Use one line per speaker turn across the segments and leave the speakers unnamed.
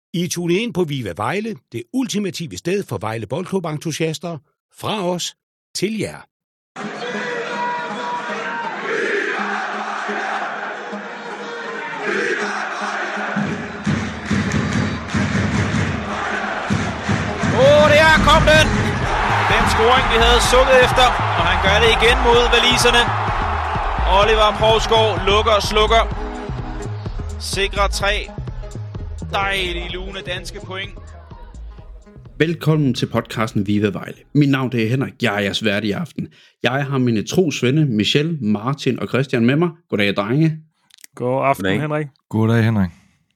I er tunet ind på Viva Vejle, det ultimative sted for Vejle Boldklub-entusiaster. Fra os til jer.
Der kom den! Den scoring, vi havde sukket efter, og han gør det igen mod valiserne. Oliver Provsgaard lukker og slukker. Sikrer 3 dejlige lune danske point.
Velkommen til podcasten Viva Vejle. Mit navn er Henrik, jeg er jeres vært i aften. Jeg har mine trosvende Michelle, Martin og Christian med mig. Goddag, drenge.
God aften, Henrik.
Goddag, Henrik.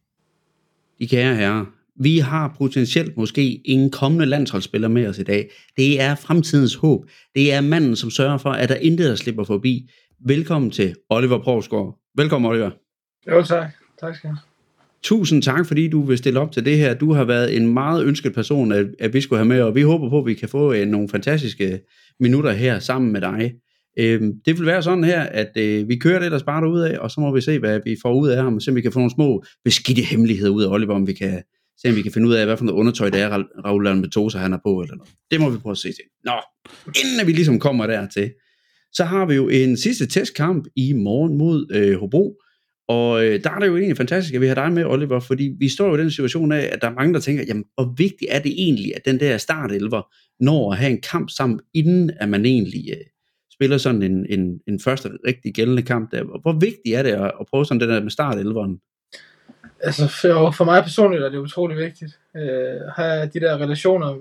De kære herrer, vi har potentielt måske en kommende landsholdsspiller med os i dag. Det er fremtidens håb. Det er manden, som sørger for, at der intet der slipper forbi. Velkommen til Oliver Provsgaard. Velkommen, Oliver.
Jo, tak. Tak skal jeg.
Tusind tak, fordi du vil stille op til det her. Du har været en meget ønsket person, at vi skulle have med, og vi håber på, at vi kan få nogle fantastiske minutter her sammen med dig. Det vil være sådan her, at vi kører det, der sparer ud af, og så må vi se, hvad vi får ud af ham, og se, om vi kan få nogle små beskidte hemmeligheder ud af Oliver, om vi kan se, om vi kan finde ud af, hvad for noget undertøj det er, Raul Almetosa han er på, eller noget. Det må vi prøve at se til. Nå, inden vi ligesom kommer dertil, så har vi jo en sidste testkamp i morgen mod Hobro. Og der er det jo egentlig fantastisk, at vi har dig med, Oliver, fordi vi står jo i den situation af, at der er mange, der tænker, jamen, hvor vigtigt er det egentlig, at den der startelver når at have en kamp sammen, inden at man egentlig spiller sådan en første rigtig gældende kamp der. Hvor vigtigt er det at prøve sådan det der med startelveren?
Altså for mig personligt er det utrolig vigtigt at have de der relationer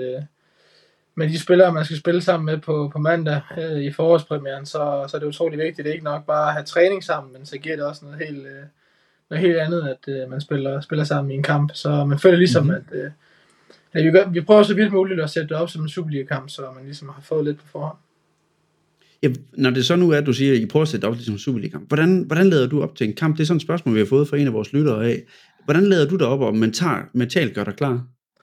med de spillere, man skal spille sammen med på mandag i forårspremieren, så er det utrolig vigtigt. Det er ikke nok bare at have træning sammen, men så giver det også noget helt andet, at man spiller sammen i en kamp. Så man føler ligesom, at vi prøver så vidt muligt at sætte det op som en Superliga-kamp, så man ligesom har fået lidt på forhånd.
Ja, når det så nu er, at du siger, at I prøver at sætte op til en Superliga-kamp, hvordan lader du op til en kamp? Det er sådan et spørgsmål, vi har fået fra en af vores lyttere af. Hvordan lader du dig op og mentalt gør dig klar?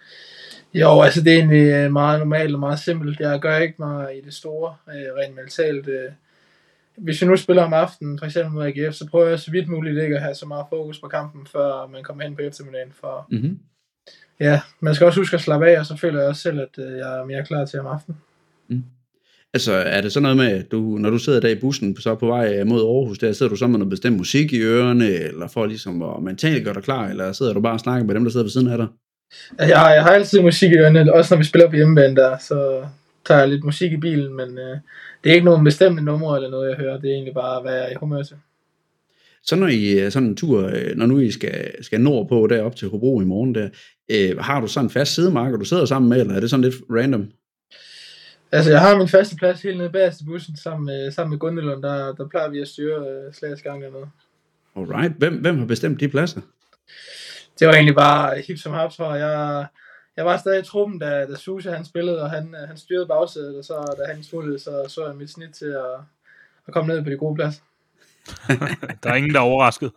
Jo, altså det er egentlig meget normalt og meget simpelt. Jeg gør ikke mig i det store, rent mentalt. Hvis vi nu spiller om aftenen, for eksempel mod AGF, så prøver jeg så vidt muligt ikke at have så meget fokus på kampen, før man kommer hen på eftermiddagen. For ja, man skal også huske at slappe af, og så føler jeg også selv, at jeg er mere klar til om aftenen.
Altså, er det sådan noget med, at når du sidder der i bussen, så på vej mod Aarhus, der sidder du så med noget bestemt musik i ørerne, eller for ligesom at mentalt gøre dig klar, eller sidder du bare og snakker med dem, der sidder ved siden af dig?
Jeg har altid musik i ørerne, også når vi spiller på hjemmebane der, så tager jeg lidt musik i bilen, men det er ikke nogen bestemte numre eller noget, jeg hører, det er egentlig bare, hvad jeg er i humør til.
Så når I sådan en tur, når nu I skal nordpå derop til Hobro i morgen der, har du sådan en fast sidemarker, du sidder sammen med, eller er det sådan lidt random?
Altså, jeg har min faste plads helt nede bagerst i bussen, sammen med Gundelund, der plejer vi at styre slags gang dernede.
Alright, hvem har bestemt de pladser?
Det var egentlig bare hip som haps, tror jeg var stadig i truppen, da Suse han spillede, og han styrede bagsædet, og så da han smuttede, så jeg mit snit til at komme ned på de gode pladser.
Der er ingen, der er overrasket.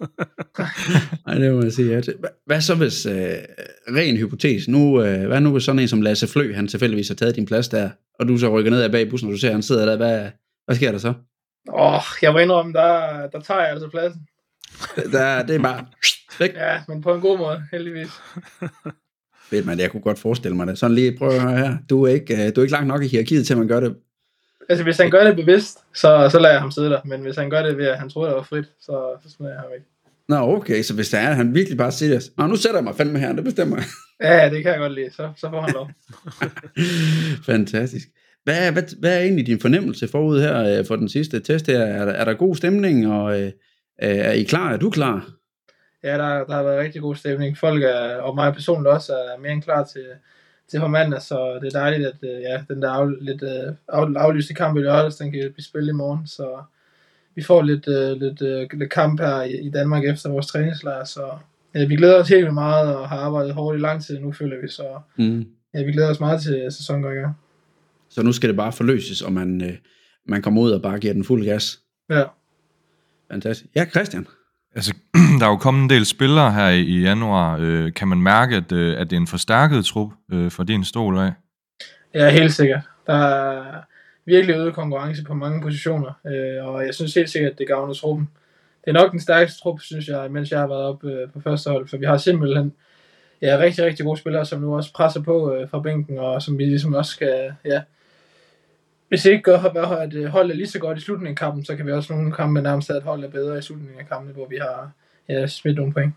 Nej, det må man sige ja til. Hvad så hvis, ren hypotese, hvad nu hvis sådan en som Lasse Flø, han tilfældigvis har taget din plads der, og du så rykker ned af bag bussen, og du ser, han sidder der, hvad sker der så?
Jeg må indrømme, der tager jeg altså pladsen.
Det er bare væk.
Ja, men på en god måde, heldigvis.
Ved man, jeg kunne godt forestille mig det. Sådan lige, prøv at høre her. Du er ikke langt nok i hierarkiet til, at man gør det. Altså,
hvis han gør det bevidst, så lader jeg ham sidde der. Men hvis han gør det ved, at han troede, det var frit, så smider jeg ham ikke.
Nå, okay. Så hvis det er, han virkelig bare siger, nu sætter jeg mig fandme her, det bestemmer jeg.
Ja, det kan jeg godt lide. Så får han lov.
Fantastisk. Hvad er egentlig din fornemmelse forud her for den sidste test her? Er der god stemning, og er I klar? Er du klar?
Ja, der har været rigtig god stemning. Folk og mig personligt også er mere end klar til på mandag, så det er dejligt, at den der aflyste kamp i lørdags, den kan blive spillet i morgen, så vi får lidt kamp her i Danmark efter vores træningslejr, så vi glæder os helt meget og har arbejdet hårdt i lang tid nu, føler vi, så vi glæder os meget til sæsonen går i gang.
Så nu skal det bare forløses, og man kommer ud og bare giver den fuld gas.
Ja.
Fantastisk. Ja, Christian?
Altså, der er jo kommet en del spillere her i januar. Kan man mærke, at det er en forstærket trup for din stol af?
Ja, helt sikkert. Der er virkelig øget konkurrence på mange positioner, og jeg synes helt sikkert, at det gavner truppen. Det er nok den stærkeste trup, synes jeg, mens jeg har været oppe på første hold, for vi har simpelthen rigtig, rigtig gode spillere, som nu også presser på fra bænken, og som vi ligesom også skal, hvis det ikke gør, at holdet er lige så godt i slutningen af kampen, så kan vi også nogle kampe nærmest at holdet er bedre i slutningen af kampen, hvor vi har smidt nogle point.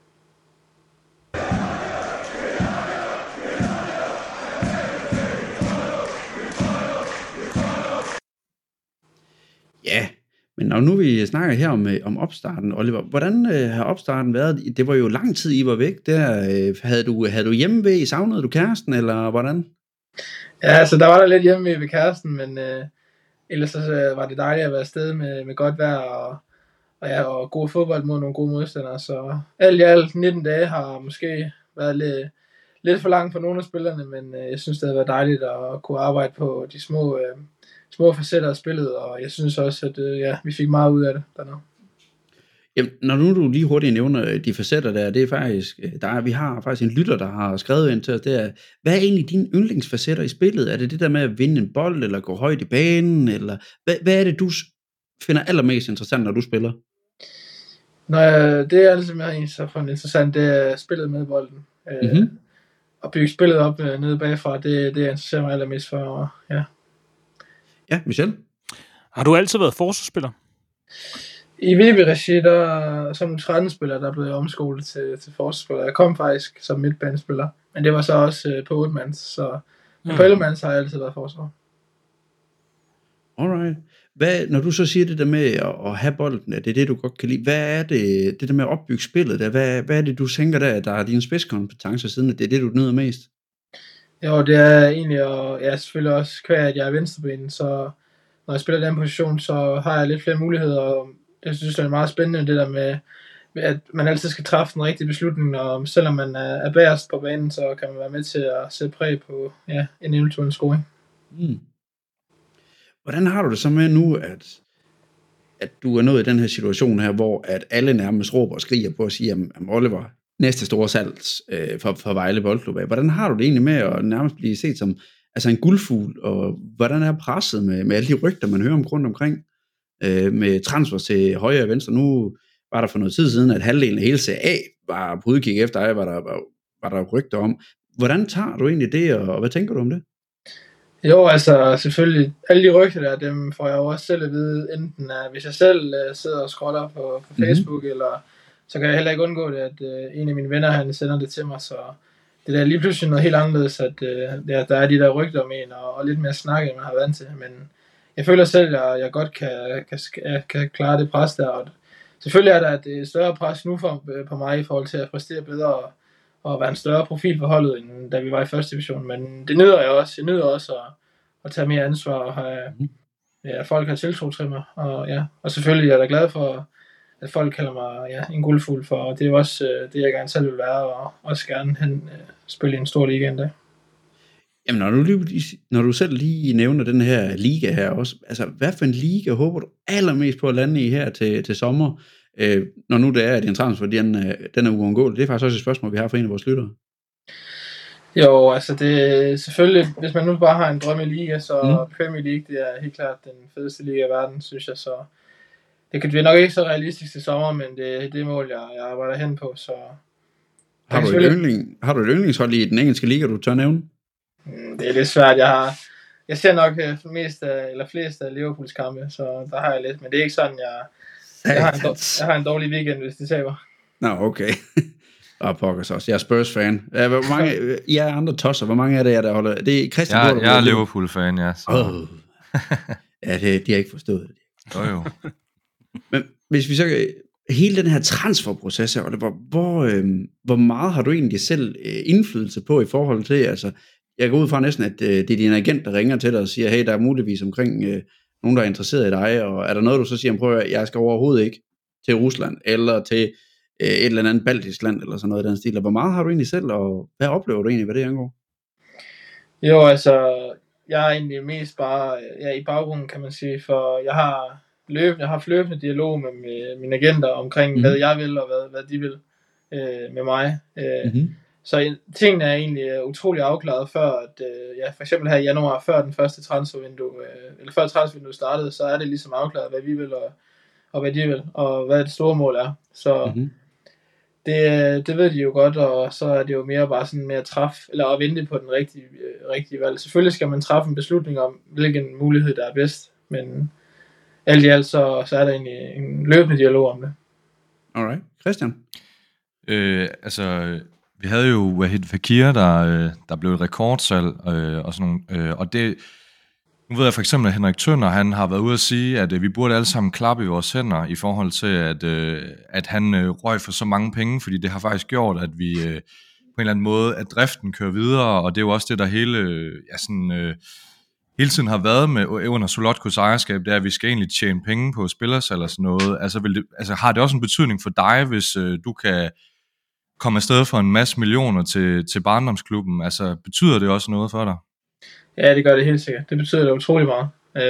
Ja, men når nu vi snakker her om opstarten, Oliver, hvordan har opstarten været? Det var jo lang tid, I var væk der. Havde du hjemme savnede du kæresten, eller hvordan?
Ja, altså der var der lidt hjemme ved kæresten, men ellers så var det dejligt at være afsted med godt vejr og god fodbold mod nogle gode modstandere. Så alt i alt 19 dage har måske været lidt for langt for nogle af spillerne, men jeg synes, det har været dejligt at kunne arbejde på de små facetter af spillet, og jeg synes også, at vi fik meget ud af det dernede.
Jamen, når nu du lige hurtigt nævner de facetter der, det er faktisk, vi har faktisk en lytter, der har skrevet ind til os, det er, hvad er egentlig dine yndlingsfacetter i spillet? Er det der med at vinde en bold, eller gå højt i banen, eller hvad er det, du finder allermest interessant, når du spiller?
Det er altså mere så for interessant, det er spillet med bolden. At bygge spillet op nede bagfra, det interesserer mig allermest for, ja.
Ja, Michel?
Har du altid været forsvarsspiller?
I VB-regi, der som 13-spiller, der blev jeg omskolet til forsvarsspiller. Jeg kom faktisk som midtbanespiller, men det var så også på 8-mands, så på 11-mands har jeg altid været forsvar.
Alright. Når du så siger det der med at have bolden, det er det, du godt kan lide. Hvad er det der med at opbygge spillet der? Hvad er det, du tænker der er dine spidskompetencer siden, at det er det, du nyder mest? Jo, det er egentlig, og jeg selvfølgelig også kvæg, at jeg er venstreben, så når jeg spiller den position, så har jeg lidt flere muligheder, og jeg synes, det er meget spændende, det der med at man altid skal træffe den rigtige beslutning, og selvom man er bagerst på banen, så kan man være med til at sætte præg på en eventuel scoring. Hvordan har du det så med nu, at du er nået i den her situation her, hvor at alle nærmest råber og skriger på at sige, at Oliver, næste store salg for Vejle Boldklub af. Hvordan har du det egentlig med at nærmest blive set som en guldfugl, og hvordan er presset med alle de rygter, man hører om rundt omkring, med transfer til højre og venstre? Nu var der for noget tid siden, at halvdelen af hele CA var på udkig efter dig, var der rygter om. Hvordan tager du egentlig det, og hvad tænker du om det?
Jo, altså selvfølgelig, alle de rygter der, dem får jeg jo også selv at vide, enten hvis jeg selv sidder og scroller på Facebook, eller så kan jeg heller ikke undgå det, at en af mine venner, han sender det til mig, så det der er lige pludselig noget helt anderledes, at der er de der rygter om en, og lidt mere snak, end man har været til, men jeg føler selv, at jeg godt kan klare det pres der, og selvfølgelig er der et større pres nu på mig, i forhold til at præstere bedre, og være en større profil for holdet, end da vi var i første division, men det nyder jeg også. Jeg nyder også at tage mere ansvar, og have, folk har tiltro til mig, og selvfølgelig er jeg da glad for, at folk kalder mig en guldfugl, for det er jo også det, jeg gerne selv vil være, og også gerne spille i en stor liga en dag.
Jamen, når du selv lige nævner den her liga her også, altså hvad for en liga håber du allermest på at lande i her til sommer, når nu det er, at din transfer, den er uundgåelig? Det er faktisk også et spørgsmål, vi har fra en af vores lyttere.
Jo, altså det er selvfølgelig, hvis man nu bare har en drømme liga, så Premier League, det er helt klart den fedeste liga i verden, synes jeg, så det kan blive nok ikke så realistisk til sommer, men det er det mål, jeg arbejder hen på, så... Har
du et yndlingshold i den engelske liga, du tør nævne?
Det er lidt svært. Jeg ser nok flest af Liverpools kampe, så der har jeg lidt, men det er ikke sådan, jeg har en dårlig weekend, hvis de taber.
Nå, okay. Pokkers også. Jeg er Spurs-fan. Hvor mange, I er andre tosser, hvor mange er det, der holder? Det er Christian.
Jeg er Liverpool-fan, ja.
Ja, de har ikke forstået det.
Jo.
Men hvis vi så... Hele den her transferproces, hvor meget har du egentlig selv indflydelse på i forhold til, altså, jeg går ud fra næsten, at det er din agent, der ringer til dig og siger, hey, der er muligvis omkring nogen, der er interesseret i dig, og er der noget, du så siger, prøv at jeg skal overhovedet ikke til Rusland, eller til et eller andet baltisk land, eller sådan noget i den stil, og hvor meget har du egentlig selv, og hvad oplever du egentlig, hvad det angår?
Jo, altså, jeg er egentlig mest bare i baggrunden, kan man sige, for jeg har haft løbende dialog med mine agenter omkring, hvad jeg vil, og hvad de vil med mig. Så tingene er egentlig utrolig afklaret før, at for eksempel her i januar, før den første transfervindue, eller før transfervinduet startede, så er det ligesom afklaret, hvad vi vil, og hvad de vil, og hvad det store mål er. Så Det ved de jo godt, og så er det jo mere bare sådan med at træffe, eller at vente på den rigtige valg. Selvfølgelig skal man træffe en beslutning om, hvilken mulighed der er bedst, men alt i alt, så er der en løbende dialog om det.
Alright. Christian?
Vi havde jo Wahid Fakir, der blev et rekordsalg, og sådan nogle, og det... Nu ved jeg for eksempel, at Henrik Tønder, han har været ude at sige, at vi burde alle sammen klappe i vores hænder i forhold til, at han røg for så mange penge, fordi det har faktisk gjort, at vi på en eller anden måde, at driften kører videre, og det er jo også det, der hele tiden har været med under Solotkos ejerskab, det er, at vi skal egentlig tjene penge på spillersalg og sådan noget. Har det også en betydning for dig, hvis du kan komme afsted for en masse millioner til barndomsklubben? Altså, betyder det også noget for dig?
Ja, det gør det helt sikkert. Det betyder det utrolig meget.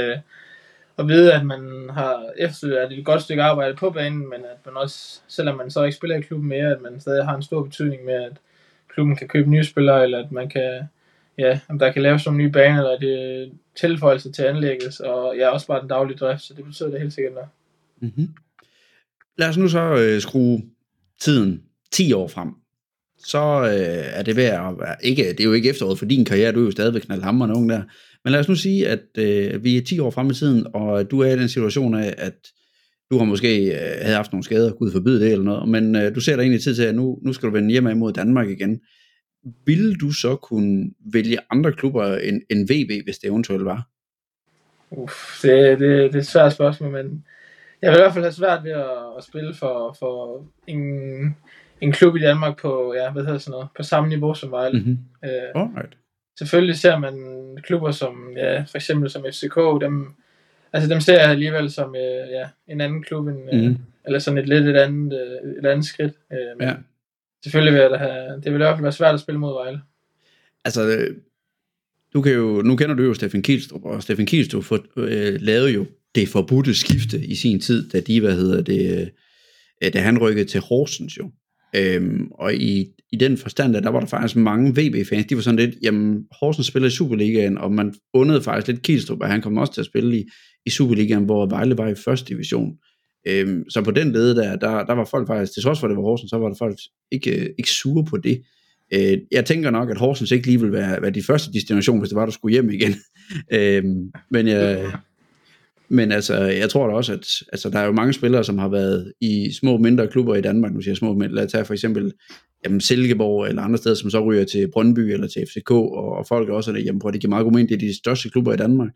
At vide, at man har efterfølgende et godt stykke arbejde på banen, men at man også, selvom man så ikke spiller i klubben mere, at man stadig har en stor betydning med, at klubben kan købe nye spillere, eller at man kan, om der kan laves nogle nye baner, eller det tilføjelser til anlægget, og også bare den daglige drift, så det betyder det helt sikkert noget.
Mm-hmm. Lad os nu så skrue tiden 10 år frem. Så er det værd at være, det er jo ikke efteråret for din karriere, du er jo stadigvæk knaldhamrende ung der, men lad os nu sige, at vi er 10 år frem i tiden, og du er i den situation af, at du har måske havde haft nogle skader, Gud forbyde det eller noget, men du ser dig egentlig tid til, at nu skal du vende hjem mod Danmark igen. Ville du så kunne vælge andre klubber end VB, hvis det eventuelt var?
Det er et svært spørgsmål, men jeg vil i hvert fald have svært ved at spille for en klub i Danmark på, på samme niveau som Vejle.
Mm-hmm. Alright.
Selvfølgelig ser man klubber som, for eksempel som FCK, dem ser jeg alligevel som en anden klub, eller sådan et andet skridt. Selvfølgelig vil det vil i hvert fald være svært at spille mod Vejle.
Altså, nu kender du jo Steffen Kielstrup, og Steffen Kielstrup lavede jo det forbudte skifte i sin tid, da da han rykkede til Horsens jo. Og i den forstand, der var der faktisk mange VB-fans, de var sådan lidt, jamen Horsens spiller i Superligaen, og man undede faktisk lidt Kielstrup, og han kom også til at spille i Superligaen, hvor Vejle var i første division. Så på den led der var folk faktisk, til trods for det var Horsens, så var der folk ikke sure på det. Jeg tænker nok, at Horsens ikke lige vil være de første destination, hvis det var, der skulle hjem igen. Men altså, jeg tror da også, at altså, der er jo mange spillere, som har været i små, mindre klubber i Danmark. Nu siger jeg små, men lad os tage for eksempel Silkeborg eller andre steder, som så ryger til Brøndby eller til FCK, og folk også er der, jamen, det giver meget god mening, det er de største klubber i Danmark.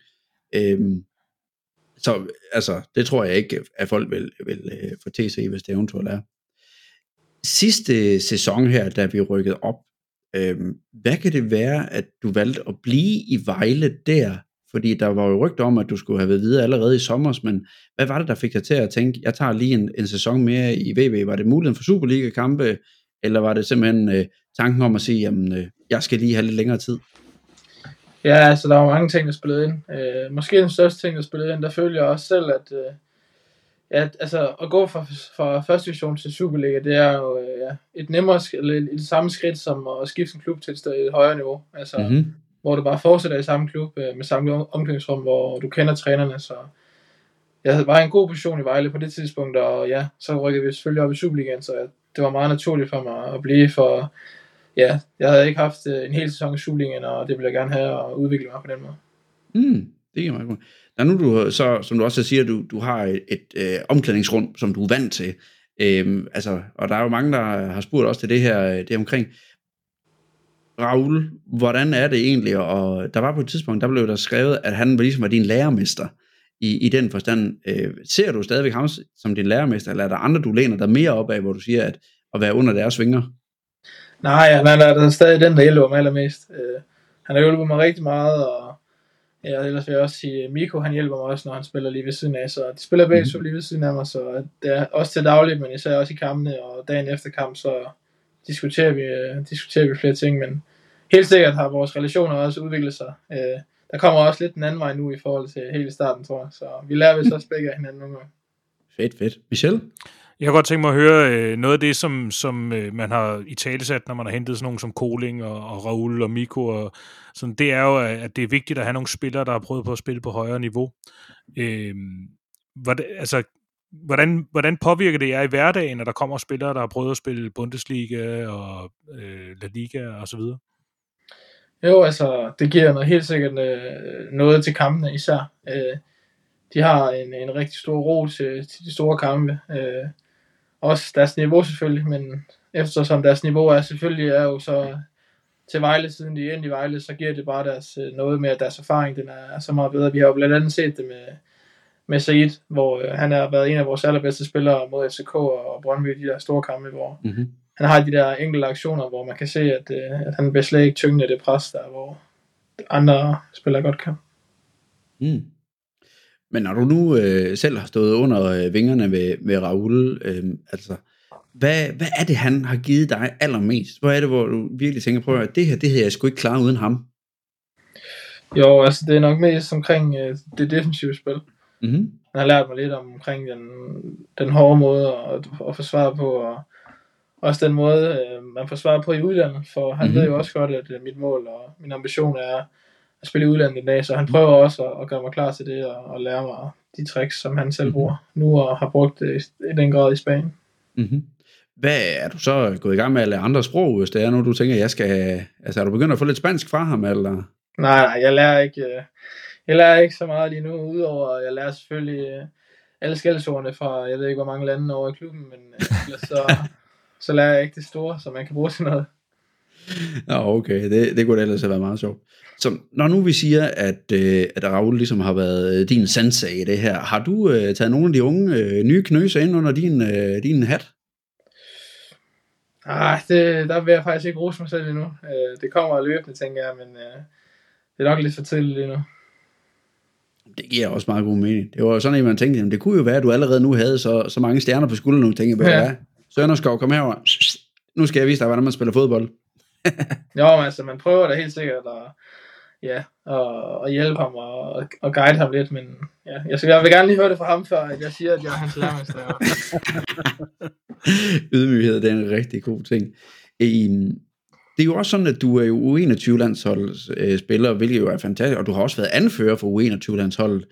Så altså, det tror jeg ikke, at folk vil få til sig, hvis det eventuelt er. Sidste sæson her, da vi rykkede op, hvad kan det være, at du valgte at blive i Vejle der? Fordi der var jo rygter om, at du skulle have været videre allerede i sommer, men hvad var det, der fik dig til at tænke, jeg tager lige en sæson mere i VB? Var det muligheden for Superliga-kampe, eller var det simpelthen tanken om at sige, jamen, jeg skal lige have lidt længere tid?
Ja, altså der var mange ting, der spillede ind. Måske den største ting, der spillede ind, der følte jeg også selv, at at gå fra første division til Superliga, det er jo et nemmere, eller et samme skridt som at skifte en klub til et højere niveau. Altså, hvor du bare fortsætter i samme klub med samme omklædningsrum, hvor du kender trænerne. Så jeg havde bare en god position i Vejle på det tidspunkt, og så rykkede vi selvfølgelig op i Superligaen, så det var meget naturligt for mig at blive, for jeg havde ikke haft en hel sæson i Superligaen, og det ville jeg gerne have og udvikle mig på den måde.
Det er meget godt. Der nu du så, som du også siger, du har et omklædningsrum, som du er vant til. Og der er jo mange, der har spurgt også til det omkring. Raul, hvordan er det egentlig? Og der var på et tidspunkt, der blev der skrevet, at han ligesom var din lærermester i den forstand. Ser du stadigvæk ham som din lærermester, eller er der andre, du læner dig mere op af, hvor du siger, at være under deres vinger?
Nej, han er stadig den, der hjælper mig allermest. Han har hjulpet mig rigtig meget, og ellers vil jeg også sige, Mikko, han hjælper mig også, når han spiller lige ved siden af, så de spiller begge lige ved siden af mig, så det er også til dagligt, men især også i kampene, og dagen efter kamp, så diskuterer vi flere ting, men helt sikkert har vores relationer også udviklet sig. Der kommer også lidt den anden vej nu i forhold til helt i starten, tror jeg, så vi lærer vist også begge af hinanden nogle gange.
Fedt. Michel?
Jeg kan godt tænke mig at høre noget af det, som man har i talesat, når man har hentet sådan nogle som Koling og Raul og Mikko. Og sådan, det er jo, at det er vigtigt at have nogle spillere, der har prøvet på at spille på højere niveau. hvordan påvirker det jer i hverdagen, når der kommer spillere, der har prøvet at spille Bundesliga og La Liga og så videre?
Jo, altså, det giver noget, helt sikkert noget til kampene især. De har en rigtig stor ro til de store kampe. Også deres niveau selvfølgelig, men eftersom deres niveau er selvfølgelig jo så til Vejle, siden de er endte i Vejle, så giver det bare deres noget med, at deres erfaring den er så meget bedre. Vi har jo blandt andet set det med Said, hvor han har været en af vores allerbedste spillere mod FCK og Brøndby i de der store kampe, hvor han har de der enkelte aktioner, hvor man kan se, at han bliver slet ikke tyngende det pres der, hvor andre spillere godt kan.
Men når du nu selv har stået under vingerne med Raoul, altså, hvad er det, han har givet dig allermest? Hvad er det, hvor du virkelig tænker, prøv at det her havde jeg sgu ikke klaret uden ham?
Jo, altså det er nok mest omkring det defensive spil. Han har lært mig lidt omkring den hårde måde at forsvare på, og også den måde, man forsvarer på i udlandet, for han ved jo også godt, at mit mål og min ambition er at spille i udlandet en dag, så han prøver også at gøre mig klar til det, og lære mig de tricks, som han selv bruger nu, og har brugt i den grad i Spanien.
Hvad er du så gået i gang med at lære andre sprog, hvis det er nu, du tænker, jeg skal... Altså, er du begyndt at få lidt spansk fra ham, eller? Nej,
jeg lærer ikke så meget lige nu, udover jeg lærer selvfølgelig alle skældsordene fra, jeg ved ikke hvor mange lande over i klubben, men så lærer jeg ikke det store, så man kan bruge til noget.
Ja, okay, det kunne da ellers have været meget sjovt. Så når nu vi siger, at Raoul ligesom har været din sensei i det her, har du taget nogle af de unge nye knøser ind under din hat?
Der vil jeg faktisk ikke rose mig selv endnu. Det kommer løbende, tænker jeg, men det er nok lidt for tidligt lige nu.
Det giver også meget god mening. Det var sådan, at man tænkte, jamen, det kunne jo være, at du allerede nu havde så mange stjerner på skulderen, nu tænker jeg, hvad Sønderskov, kom herover. Nu skal jeg vise dig, hvordan man spiller fodbold.
Jo, men altså, man prøver da helt sikkert at hjælpe ham og guide ham lidt, men ja, jeg vil gerne lige høre det fra ham, før at jeg siger, at jeg er hans lærermester.
Ydmyghed, det er en rigtig god ting. Det er jo også sådan, at du er jo U21-landsholdets spiller, hvilket jo er fantastisk, og du har også været anfører for U21-landsholdet.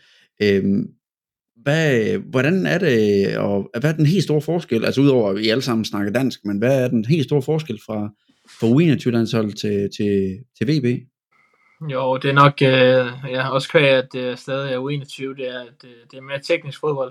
Hvordan er det, og hvad er den helt store forskel, altså udover at vi alle sammen snakker dansk, men hvad er den helt store forskel fra U21-landsholdet til VB?
Jo, det er nok, også kvæg, at det stadig er U21, det er mere teknisk fodbold.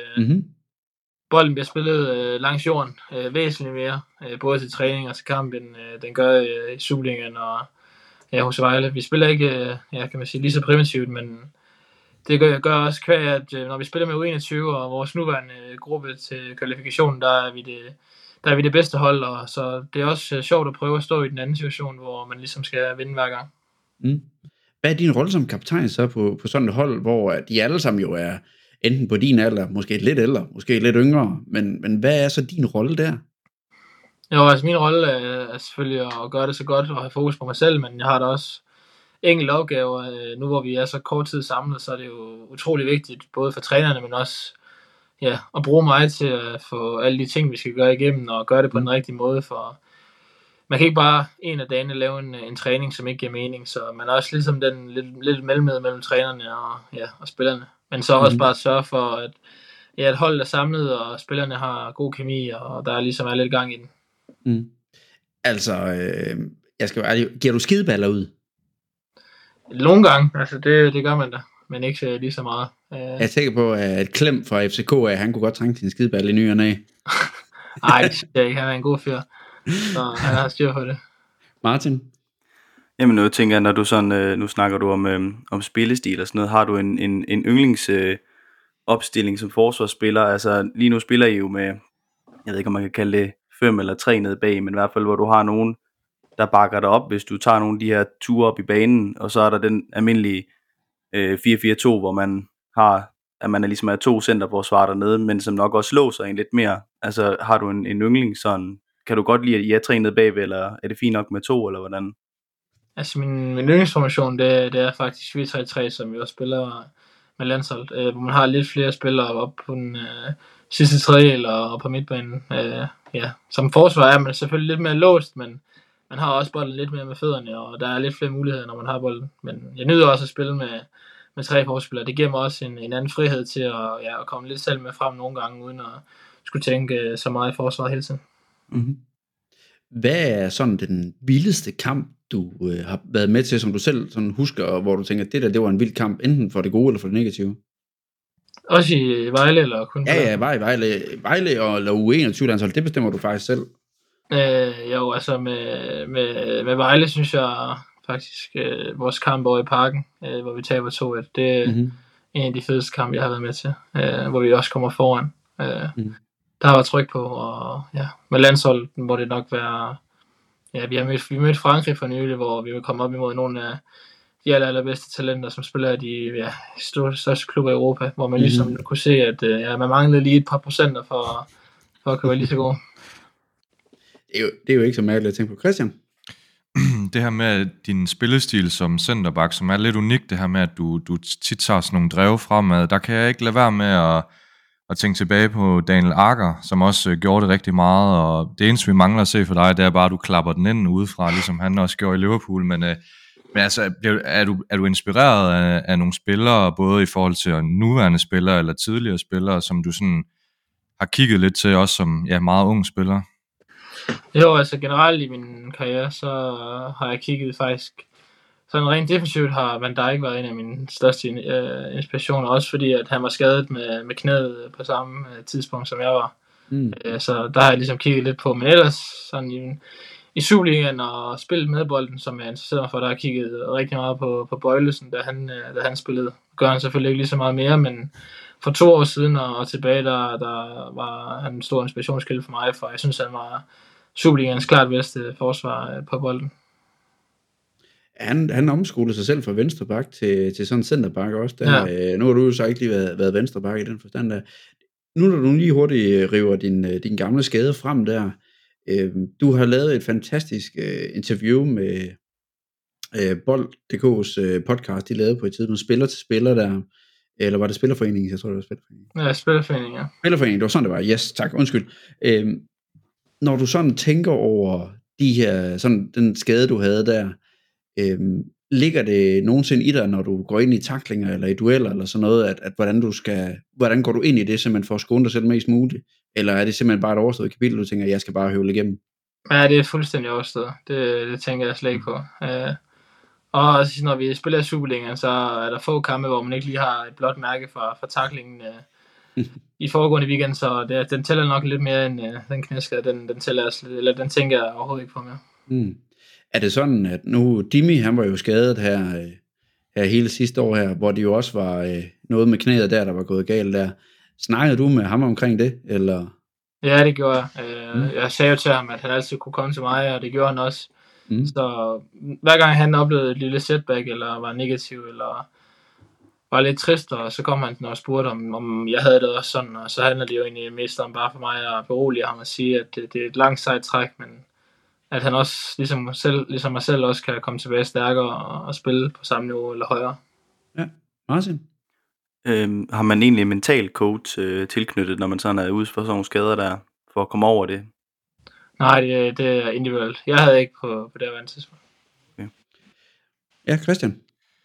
Bolden bliver spillet langs jorden væsentligt mere, både til træning og til kamp, end den gør i Superligaen og hos Vejle. Vi spiller ikke, kan man sige, lige så primitivt, men det gør også kvæg, at når vi spiller med U21 og vores nuværende gruppe til kvalifikationen, der er vi det bedste hold, og så det er også sjovt at prøve at stå i den anden situation, hvor man ligesom skal vinde hver gang.
Hvad er din rolle som kaptajn så på sådan et hold, hvor de alle sammen jo er enten på din alder, måske lidt ældre, måske lidt yngre, men hvad er så din rolle der?
Jo, altså min rolle er selvfølgelig at gøre det så godt og have fokus på mig selv, men jeg har da også enkelte opgaver. Nu hvor vi er så kort tid samlet, så er det jo utrolig vigtigt, både for trænerne, men også at bruge mig til at få alle de ting, vi skal gøre igennem, og gøre det på den rigtige måde, for man kan ikke bare en af dagene lave en træning, som ikke giver mening, så man er også ligesom den lidt mellemled mellem trænerne og spillerne. Men så også bare sørge for, at holdet er samlet, og spillerne har god kemi, og der ligesom er lidt gang i den.
Altså, jeg skal være ærlig, giver du skideballer ud?
Nogle gange, altså det gør man da, men ikke lige så meget.
Jeg tænker på, at Klem fra FCK, han kunne godt trænge til en skideball i ny og næ.
Nej, det synes jeg ikke, han er en god fyr, så han har styr på det.
Martin?
Jamen nu tænker jeg, når du sådan, nu snakker du om spillestil og sådan noget, har du en yndlings opstilling som forsvarsspiller? Altså lige nu spiller I jo med, jeg ved ikke om man kan kalde det 5 eller 3 nede bag, men i hvert fald hvor du har nogen, der bakker dig op, hvis du tager nogle af de her ture op i banen, og så er der den almindelige 4-4-2, hvor man har, at man ligesom er 2 centerforsvar dernede, men som nok også låser en lidt mere. Altså har du en yndling sådan, kan du godt lide, at I er 3 nede bagved, eller er det fint nok med 2, eller hvordan?
Altså min yndlingsformation, det er faktisk 4-3-3, som vi også spiller med landshold, hvor man har lidt flere spillere op på den sidste tredjedel og på midtbanen. Som forsvar er man selvfølgelig lidt mere låst, men man har også bolden lidt mere med fødderne, og der er lidt flere muligheder, når man har bolden. Men jeg nyder også at spille med 3 forspillere. Det giver mig også en anden frihed til at komme lidt selv med frem nogle gange, uden at skulle tænke så meget i forsvaret hele tiden.
Mm-hmm. Hvad er sådan den vildeste kamp, du har været med til, som du selv sådan husker, hvor du tænker, det var en vild kamp, enten for det gode eller for det negative?
Også i Vejle, eller kun?
Ja, bare i Vejle og U21-landshold, det bestemmer du faktisk selv.
Jo, altså med Vejle, synes jeg faktisk, vores kamp over i Parken, hvor vi taber 2-1, det er en af de fedeste kampe, jeg har været med til, hvor vi også kommer foran. Der var tryk på, og ja, med landsholdet må det nok være, ja, vi mødte Frankrig for nylig, hvor vi vil komme op imod nogle af de allerbedste talenter, som spiller i de største klubber i Europa, hvor man ligesom kunne se, at man manglede lige et par procenter for at kunne være lige så god.
Det er jo ikke så mærkeligt at tænke på. Christian?
Det her med din spillestil som centerback, som er lidt unik, det her med, at du tit tager sådan nogle drev fremad, der kan jeg ikke lade være med at tænke tilbage på Daniel Agger, som også gjorde det rigtig meget, og det eneste, vi mangler at se for dig, det er bare, at du klapper den ind udefra, ligesom han også gjorde i Liverpool, men altså, er du inspireret af nogle spillere, både i forhold til nuværende spillere eller tidligere spillere, som du sådan har kigget lidt til, også som meget unge spillere?
Jo, altså generelt i min karriere, så har jeg kigget faktisk, sådan rent defensivt har Van Dijk været en af mine største inspirationer, også fordi at han var skadet med knæet på samme tidspunkt, som jeg var. Så der har jeg ligesom kigget lidt på, men ellers sådan i Superligaen og spillet med bolden, som jeg interesserer mig for, der har jeg kigget rigtig meget på Bøjlesen, da han spillede. Gør han selvfølgelig ikke lige så meget mere, men for 2 år siden og tilbage, der var han en stor inspirationskilde for mig, for jeg synes, han var Superligaens klart bedste forsvar på bolden.
Han omskolede sig selv fra venstreback til sådan en centerback også. Der. Nu har du jo så ikke lige været venstreback i den forstand der. Nu når du lige hurtigt river din gamle skade frem der, du har lavet et fantastisk interview med Bold.dk's podcast, de lavede på et tidspunkt, spiller til spiller der, eller var det Spillerforeningen? Jeg tror, det var Spillerforeningen.
Ja, Spillerforeningen, ja.
Spillerforeningen, det var sådan, det var. Yes, tak, undskyld. Når du sådan tænker over de her, sådan den skade, du havde der, ligger det nogensinde i dig, når du går ind i tacklinger eller i dueller eller sådan noget, at hvordan går du ind i det, simpelthen for at skåne dig selv mest muligt? Eller er det simpelthen bare et overstået kapitel, du tænker, jeg skal bare høvle igennem? Ja,
det er fuldstændig overstået. Det tænker jeg slet ikke på. Og når vi spiller i Superligaen, så er der få kampe, hvor man ikke lige har et blåt mærke for tacklingen i foregående weekend, så den tæller nok lidt mere end den knæskade, den tænker jeg overhovedet ikke på mere.
Er det sådan, at nu Dimi, han var jo skadet her hele sidste år her, hvor det jo også var noget med knæet der var gået galt der. Snakkede du med ham omkring det, eller?
Ja, det gjorde jeg. Jeg sagde jo til ham, at han altid kunne komme til mig, og det gjorde han også. Så hver gang han oplevede et lille setback, eller var negativ, eller var lidt trist, og så kom han og spurgte, om jeg havde det også sådan, og så handler det jo egentlig mest om bare for mig at berolige ham og sige, at det er et langt sejt træk, men at han også, ligesom mig selv, også kan komme tilbage stærkere og spille på samme niveau eller højere.
Ja, Martin?
Har man egentlig en mental coach tilknyttet, når man sådan er ude for sådan nogle skader der, for at komme over det?
Nej, det er individuelt. Jeg havde ikke på det her tidspunkt.
Okay. Ja, Christian?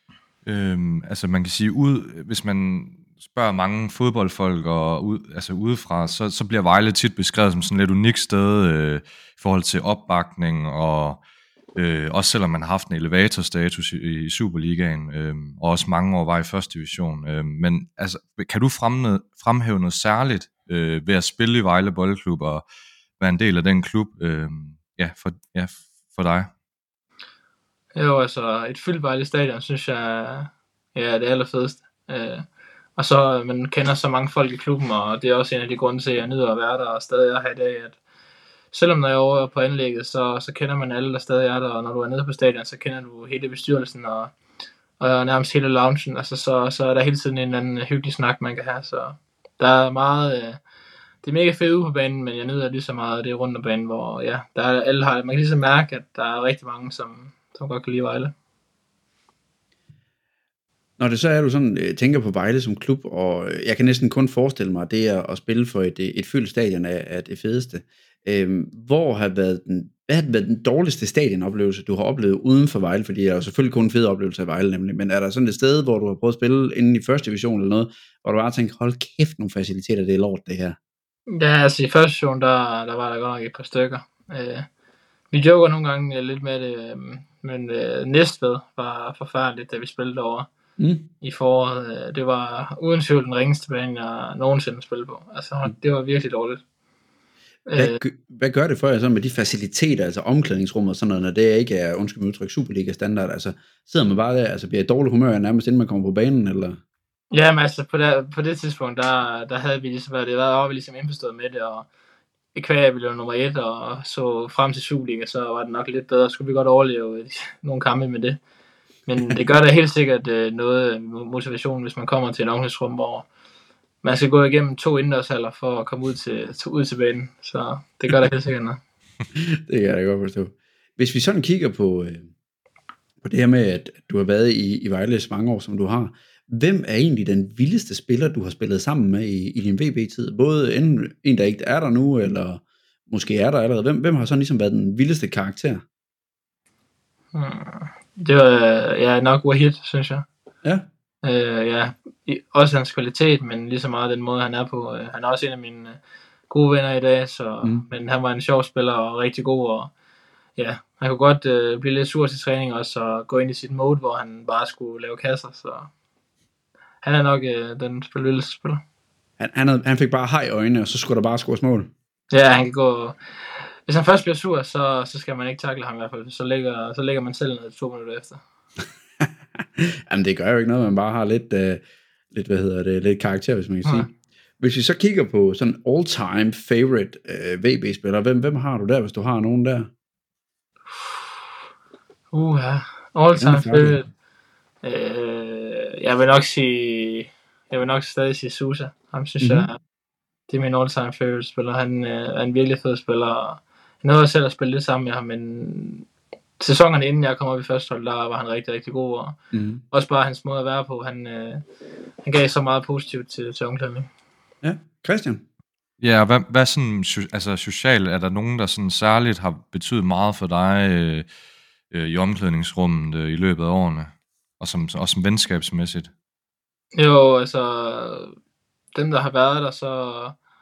Altså man kan sige, hvis man spørger mange fodboldfolk og udefra, så bliver Vejle tit beskrevet som sådan et lidt unikt sted i forhold til opbakning, og også selvom man har haft en elevatorstatus i Superligaen, og også mange år var i første division. Men altså, kan du fremhæve noget særligt ved at spille i Vejle Boldklub og være en del af den klub for dig?
Jo, altså et fyldt Vejle Stadion, synes jeg er det allerfedeste. Og så man kender så mange folk i klubben, og det er også en af de grunde til, at jeg nyder at være der og stadig er her i dag, at selvom når jeg er over på anlægget, så kender man alle, der stadig er der, og når du er nede på stadion, så kender du hele bestyrelsen og nærmest hele loungen, altså så er der hele tiden en eller anden hyggelig snak, man kan have, så der er meget, det er mega fedt ude på banen, men jeg nyder lige så meget det rundt om banen, hvor der er alle man kan ligesom mærke, at der er rigtig mange, som godt kan lide Vejle.
Når det så er, du sådan tænker på Vejle som klub, og jeg kan næsten kun forestille mig, at det at spille for et fyldt stadion er det fedeste. Hvor har været den Hvad har været den dårligste stadionoplevelse, du har oplevet uden for Vejle? Fordi det er jo selvfølgelig kun en fed oplevelse af Vejle, nemlig. Men er der sådan et sted, hvor du har prøvet at spille inden i første division eller noget, hvor du bare tænker, hold kæft, nogle faciliteter, det er lort, det her?
Ja, altså i første division, der var der godt nok et par stykker. Vi joker nogle gange lidt med det, men Næstved var forfærdeligt, da vi spillede derovre i foråret. Det var uden tvivl den ringeste bane, jeg nogensinde spillede på. Altså, det var virkelig dårligt.
Hvad gør det for jer så med de faciliteter, altså omklædningsrum og sådan noget, når det ikke er, undskyld mig udtryk, Superliga-standard? Altså, sidder man bare der, altså bliver i dårlig humør nærmest inden man kommer på banen, eller?
Ja, men altså på det tidspunkt, der havde vi ligesom været ligesom indforstået med det, og kvæg vi blev nummer 1, og så frem til Superliga, så var det nok lidt bedre. Skulle vi godt overleve nogle kampe med det. Men det gør da helt sikkert noget motivation, hvis man kommer til en omklædningsrum, hvor man skal gå igennem 2 indendørshaller for at komme ud til banen. Så det gør da helt sikkert noget.
Det kan jeg da godt forstå. Hvis vi sådan kigger på det her med, at du har været i Vejle mange år, som du har, hvem er egentlig den vildeste spiller, du har spillet sammen med i din VB-tid? Både en, der ikke er der nu, eller måske er der allerede. Hvem har sådan ligesom været den vildeste karakter?
Det var nok Wahid, synes jeg.
Ja.
Ja, også hans kvalitet, men lige så meget den måde, han er på. Han er også en af mine gode venner i dag, men han var en sjov spiller og rigtig god, og ja, han kunne godt blive lidt sur til træning også, og gå ind i sit mode, hvor han bare skulle lave kasser, så han er nok den vildeste spiller.
Han fik bare hej i øjnene, og så skulle der bare scores mål.
Ja, han kan gå. Hvis han først bliver sur, så skal man ikke takle ham i hvert fald. Så ligger man selv ned 2 minutter efter.
Jamen det gør jo ikke noget, man bare har lidt karakter, hvis man kan sige. Hvis vi så kigger på sådan all-time favorite VB-spiller, hvem har du der, hvis du har nogen der?
Ja, all-time favorite. Jeg vil nok stadig sige Sousa. Ham synes jeg, det er min all-time favorite spiller. Han er en virkelig fed spiller. Jeg nåede selv at spille lidt sammen med ham, men sæsonerne inden jeg kom op i første hold, der var han rigtig, rigtig god. Og også bare hans måde at være på. Han gav så meget positivt til omklædning.
Ja, Christian?
Ja, hvad sådan, altså socialt, er der nogen, der sådan særligt har betydet meget for dig i omklædningsrummet i løbet af årene? Og som venskabsmæssigt?
Jo, altså dem, der har været der, så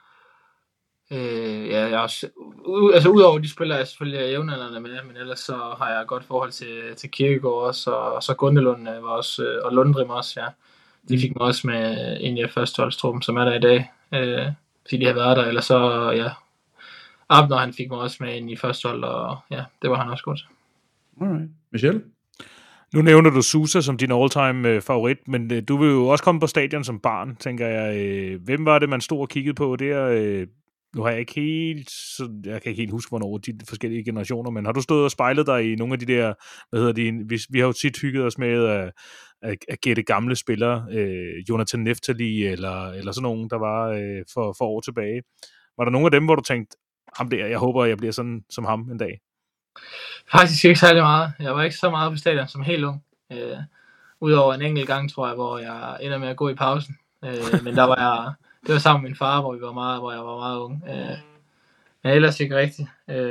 jeg også, altså udover de spiller jeg selvfølgelig jævnaldrende med, men ellers så har jeg et godt forhold til Kirkegaard også, og så Gundelund var også, og Lundrim også, ja. De fik mig også med ind i førsteholdstruppen, som er der i dag, fordi de har været der, eller så, ja, Abner, han fik mig også med ind i førstehold, og ja, det var han også godt.
Alright. Michel?
Nu nævner du Sousa som din all-time favorit, men du vil jo også komme på stadion som barn, tænker jeg. Hvem var det, man stod og kiggede på der? Nu har jeg kan ikke helt huske, hvornår de forskellige generationer, men har du stået og spejlet dig i nogle af de der, vi har jo tit hygget os med at gætte gamle spillere, Jonathan Neftali eller sådan nogen, der var for år tilbage. Var der nogle af dem, hvor du tænkte, ham der, jeg håber, jeg bliver sådan som ham en dag?
Faktisk ikke særlig meget. Jeg var ikke så meget på stadion som helt ung. Udover en enkelt gang, tror jeg, hvor jeg ender med at gå i pausen. Men der var det var sammen med min far, hvor jeg var meget ung. Men ellers ikke rigtigt.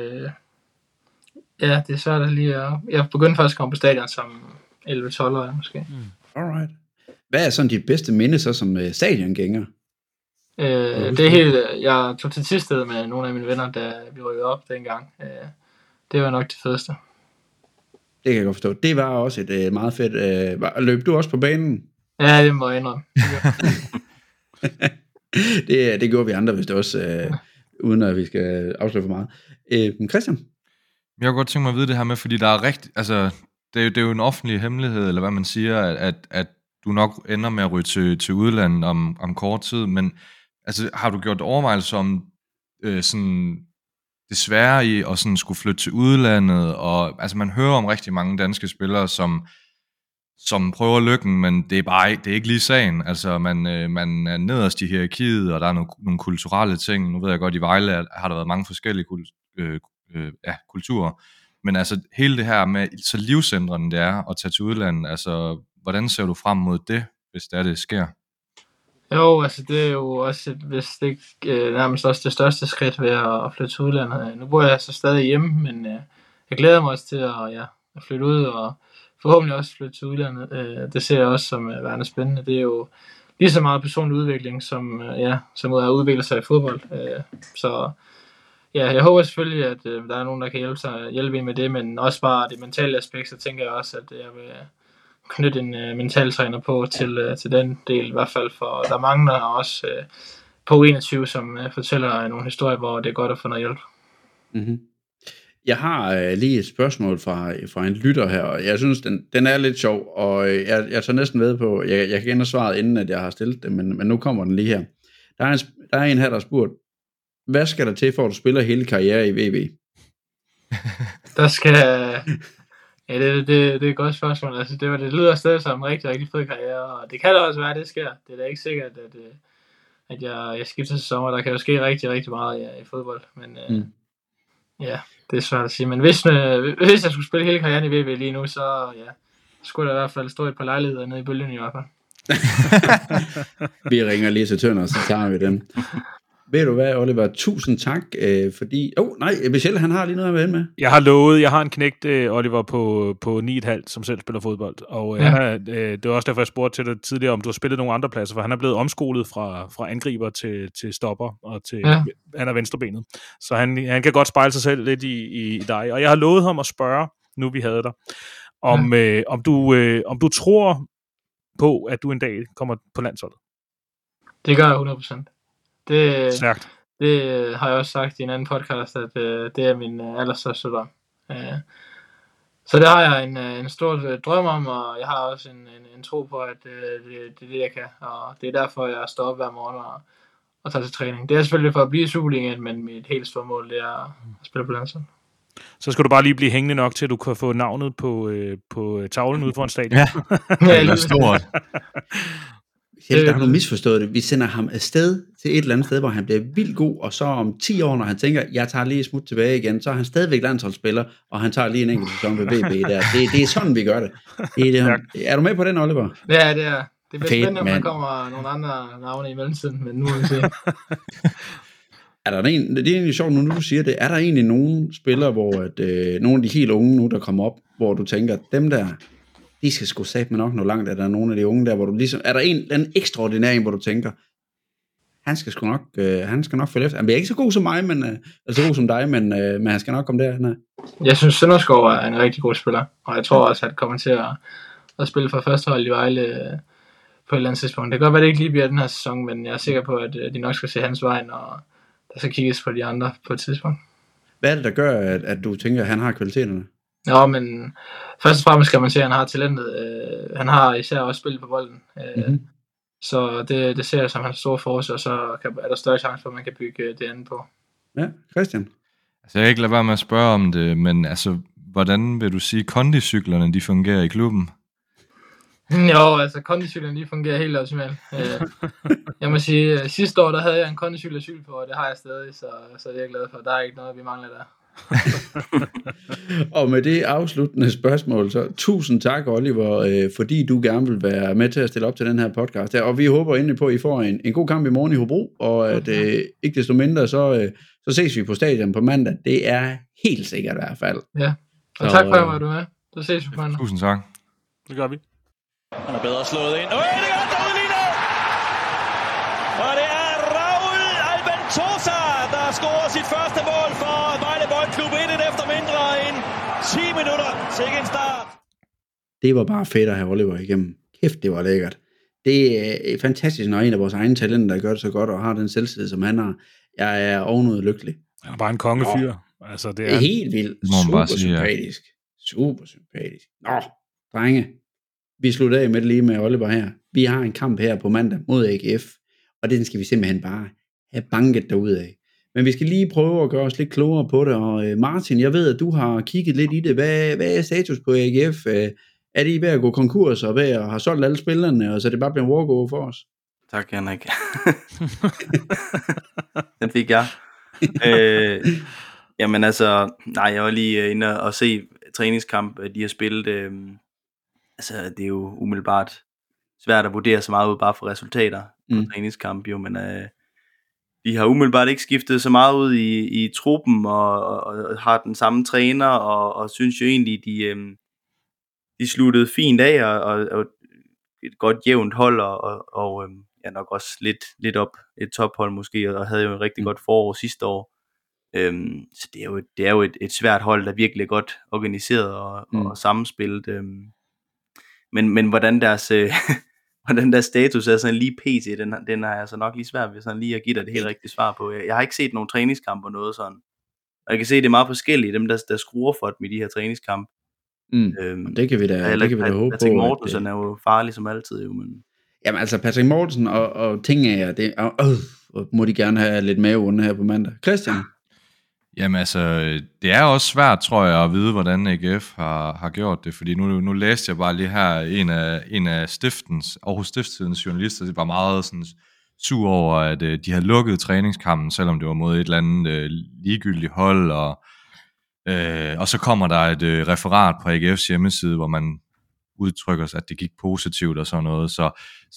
Ja, det er svært at lige. Jeg begyndte først at komme på stadion som 11-12 år måske.
Alright. Hvad er sådan dit bedste minde så som stadiongænger?
Det er helt. Jeg tog til Thisted med nogle af mine venner, da vi rykkede op dengang. Det var nok det fedeste.
Det kan jeg godt forstå. Det var også et meget fedt. Løb du også på banen?
Ja, det må jeg indrømme.
det gjorde vi andre, hvis det også, uden at vi skal afsløre for meget. Christian?
Jeg kunne godt tænke mig at vide det her med, fordi der er altså, det er jo en offentlig hemmelighed, eller hvad man siger, at du nok ender med at ryge til udlandet om kort tid, men altså, har du gjort overvejelser om sådan det svære i at sådan skulle flytte til udlandet, og altså man hører om rigtig mange danske spillere, som prøver lykken, men det er ikke lige sagen. Altså man er nederst i hierarkiet, og der er nogle kulturelle ting. Nu ved jeg godt, i Vejle har der været mange forskellige kulturer, men altså hele det her med så livsændrende det er at tage til udlandet, altså hvordan ser du frem mod det, hvis det sker?
Jo, altså det er jo også, hvis det ikke nærmest også det største skridt ved at flytte til udlandet. Nu bor jeg så stadig hjemme, men jeg glæder mig også til at flytte ud og forhåbentlig også flytte til udlandet. Det ser jeg også som værende spændende. Det er jo lige så meget personlig udvikling, som som at udvikle sig i fodbold. Så ja, jeg håber selvfølgelig, at der er nogen, der kan hjælpe en med det, men også bare det mentale aspekt, så tænker jeg også, at jeg vil knytte en mentaltræner på til den del, i hvert fald, for der mangler også på 21, som fortæller nogle historier, hvor det er godt at få noget hjælp.
Mm-hmm. Jeg har lige et spørgsmål fra en lytter her, og jeg synes, den er lidt sjov, og jeg tager næsten ved på, jeg kan ændre svaret, inden at jeg har stillet det, men nu kommer den lige her. Der er en her, der har spurgt, hvad skal der til, for at du spiller hele karriere i VB?
Der skal... Ja, det er et godt spørgsmål. Altså, det lyder stadig som en rigtig, rigtig fed karriere, og det kan da også være, at det sker. Det er da ikke sikkert, at jeg skifter til sommer. Der kan jo ske rigtig, rigtig meget i fodbold, men ja, det er svært at sige. Men hvis jeg skulle spille hele karrieren i VB lige nu, så skulle der i hvert fald stå et par lejligheder nede i bølgen i hvert fald.
Vi ringer lige til Tønder, så tager vi den. Ved du hvad, Oliver? Tusind tak, fordi... Michelle, han har lige noget at være med.
Jeg har en knægt, Oliver, på 9,5, som selv spiller fodbold, og det var også derfor, jeg spurgte til dig tidligere, om du har spillet nogle andre pladser, for han er blevet omskolet fra angriber til stopper, og han er venstrebenet. Så han kan godt spejle sig selv lidt i dig, og jeg har lovet ham at spørge, nu vi havde dig, om du tror på, at du en dag kommer på landsholdet.
Det gør jeg 100%. Det har jeg også sagt i en anden podcast, at det er min allerstørste drøm. Så det har jeg en stor drøm om, og jeg har også en tro på, at det er det, jeg kan. Og det er derfor, jeg står op hver morgen og tager til træning. Det er selvfølgelig for at blive i Superligaen, men mit helt store mål, det er at spille på landsholdet.
Så skal du bare lige blive hængende nok til, at du kan få navnet på tavlen ude foran stadion.
Ja, det er stort.
Der har du misforstået det. Vi sender ham afsted til et eller andet sted, hvor han bliver vildt god, og så om 10 år, når han tænker, jeg tager lige smut tilbage igen, så er han stadigvæk landsholdsspiller, og han tager lige en enkelt sæson ved VB der. Det er sådan, vi gør det. Er du med på den, Oliver?
Ja, det er. Det bliver spændende, om der kommer nogle andre navne i mellemtiden, men nu vil vi se.
Det er egentlig sjovt, nu du siger det. Er der egentlig nogle spillere, hvor nogle af de helt unge nu, der kommer op, hvor du tænker, dem der, de skal sgu satme nok nå langt, er der nogle af de unge der, hvor du ligesom, er der en ekstraordinær en, hvor du tænker, han skal nok følge efter. Han bliver ikke så god som mig, men så god som dig, men han skal nok komme der.
Jeg synes, Sønderskov er en rigtig god spiller, og jeg tror også, at han kommer til at spille for førstehold i Vejle på et eller andet tidspunkt. Det kan godt være, det ikke lige bliver den her sæson, men jeg er sikker på, at de nok skal se hans vej, og der skal kigges på de andre på et tidspunkt.
Hvad er det, der gør, at du tænker, at han har kvaliteterne?
Ja, men først og fremmest skal man se, at han har talentet. Han har især også spillet på bolden. Så det ser jeg som hans store force, og så er der større chance for, at man kan bygge det andet på.
Ja, Christian?
Altså, jeg kan ikke lade være med at spørge om det, men altså, hvordan vil du sige, kondicyklerne, de fungerer i klubben?
Jo, altså kondicyklerne, de fungerer helt optimalt. Jeg må sige, sidste år, der havde jeg en kondicykel asyl på, og det har jeg stadig, så det er jeg glad for. Der er ikke noget, vi mangler der.
Og med det afsluttende spørgsmål, så tusind tak, Oliver, fordi du gerne vil være med til at stille op til den her podcast her. Og vi håber endelig på, at I får en god kamp i morgen i Hobro, og at ikke desto mindre, så ses vi på stadion på mandag. Det er helt sikkert i hvert fald.
Ja, og tak for at du er med. Så ses vi på mandag.
Tusind tak.
Det gør vi.
Han er bedre slået ind. Det er godt udlignet! Og det er Raul Albentosa, der scorer sit første mål for Vejle Boldklub 1 efter mindre end 10 minutter til en start.
Det var bare fedt at have Oliver igennem. Kæft, det var lækkert. Det er fantastisk, når en af vores egne talenter, der gør det så godt og har den selvtillid, som han har. Jeg er ovenud lykkelig.
Han er bare en kongefyr. Altså, det er
helt vildt. Sympatisk. Super sympatisk. Nå, drenge. Vi slutter af med det lige med Oliver her. Vi har en kamp her på mandag mod AGF, og den skal vi simpelthen bare have banket derudad. Men vi skal lige prøve at gøre os lidt klogere på det, og Martin, jeg ved, at du har kigget lidt i det. Hvad er status på AGF? Er de ved at gå konkurs og ved at have solgt alle spillerne, og så det bare bliver en walkover for os?
Tak, Henrik. Den fik jeg. Jamen altså, jeg var lige inde og se træningskamp, de har spillet. Altså, det er jo umiddelbart svært at vurdere så meget ud bare for resultater. træningskamp jo, men de har umiddelbart ikke skiftet så meget ud i truppen, og har den samme træner, og synes jo egentlig, de sluttede fint af, og et godt jævnt hold, og nok også lidt op et tophold måske, og havde jo et rigtig godt forår sidste år. Så det er jo et svært hold, der virkelig er godt organiseret og sammenspillet. Men hvordan deres status er sådan lige pt, den har jeg så nok lige svært ved sådan lige at give dig det helt rigtige svar på. Jeg har ikke set nogen træningskamp og noget sådan. Og jeg kan se, det er meget forskelligt, dem der skruer for dem i de her træningskamp.
Det kan vi da håbe på.
Patrick Mortensen er jo farlig som altid jo, men...
Jamen altså, Patrick Mortensen og ting af det, må de gerne have lidt maveunde her på mandag. Christian?
Jamen altså, det er også svært, tror jeg, at vide, hvordan AGF har gjort det, fordi nu læste jeg bare lige her, en af Aarhus Stiftstidens journalister, det var meget sådan sur over, at de havde lukket træningskampen, selvom det var mod et eller andet ligegyldigt hold, og så kommer der et referat på AGF's hjemmeside, hvor man udtrykker sig, at det gik positivt og sådan noget, så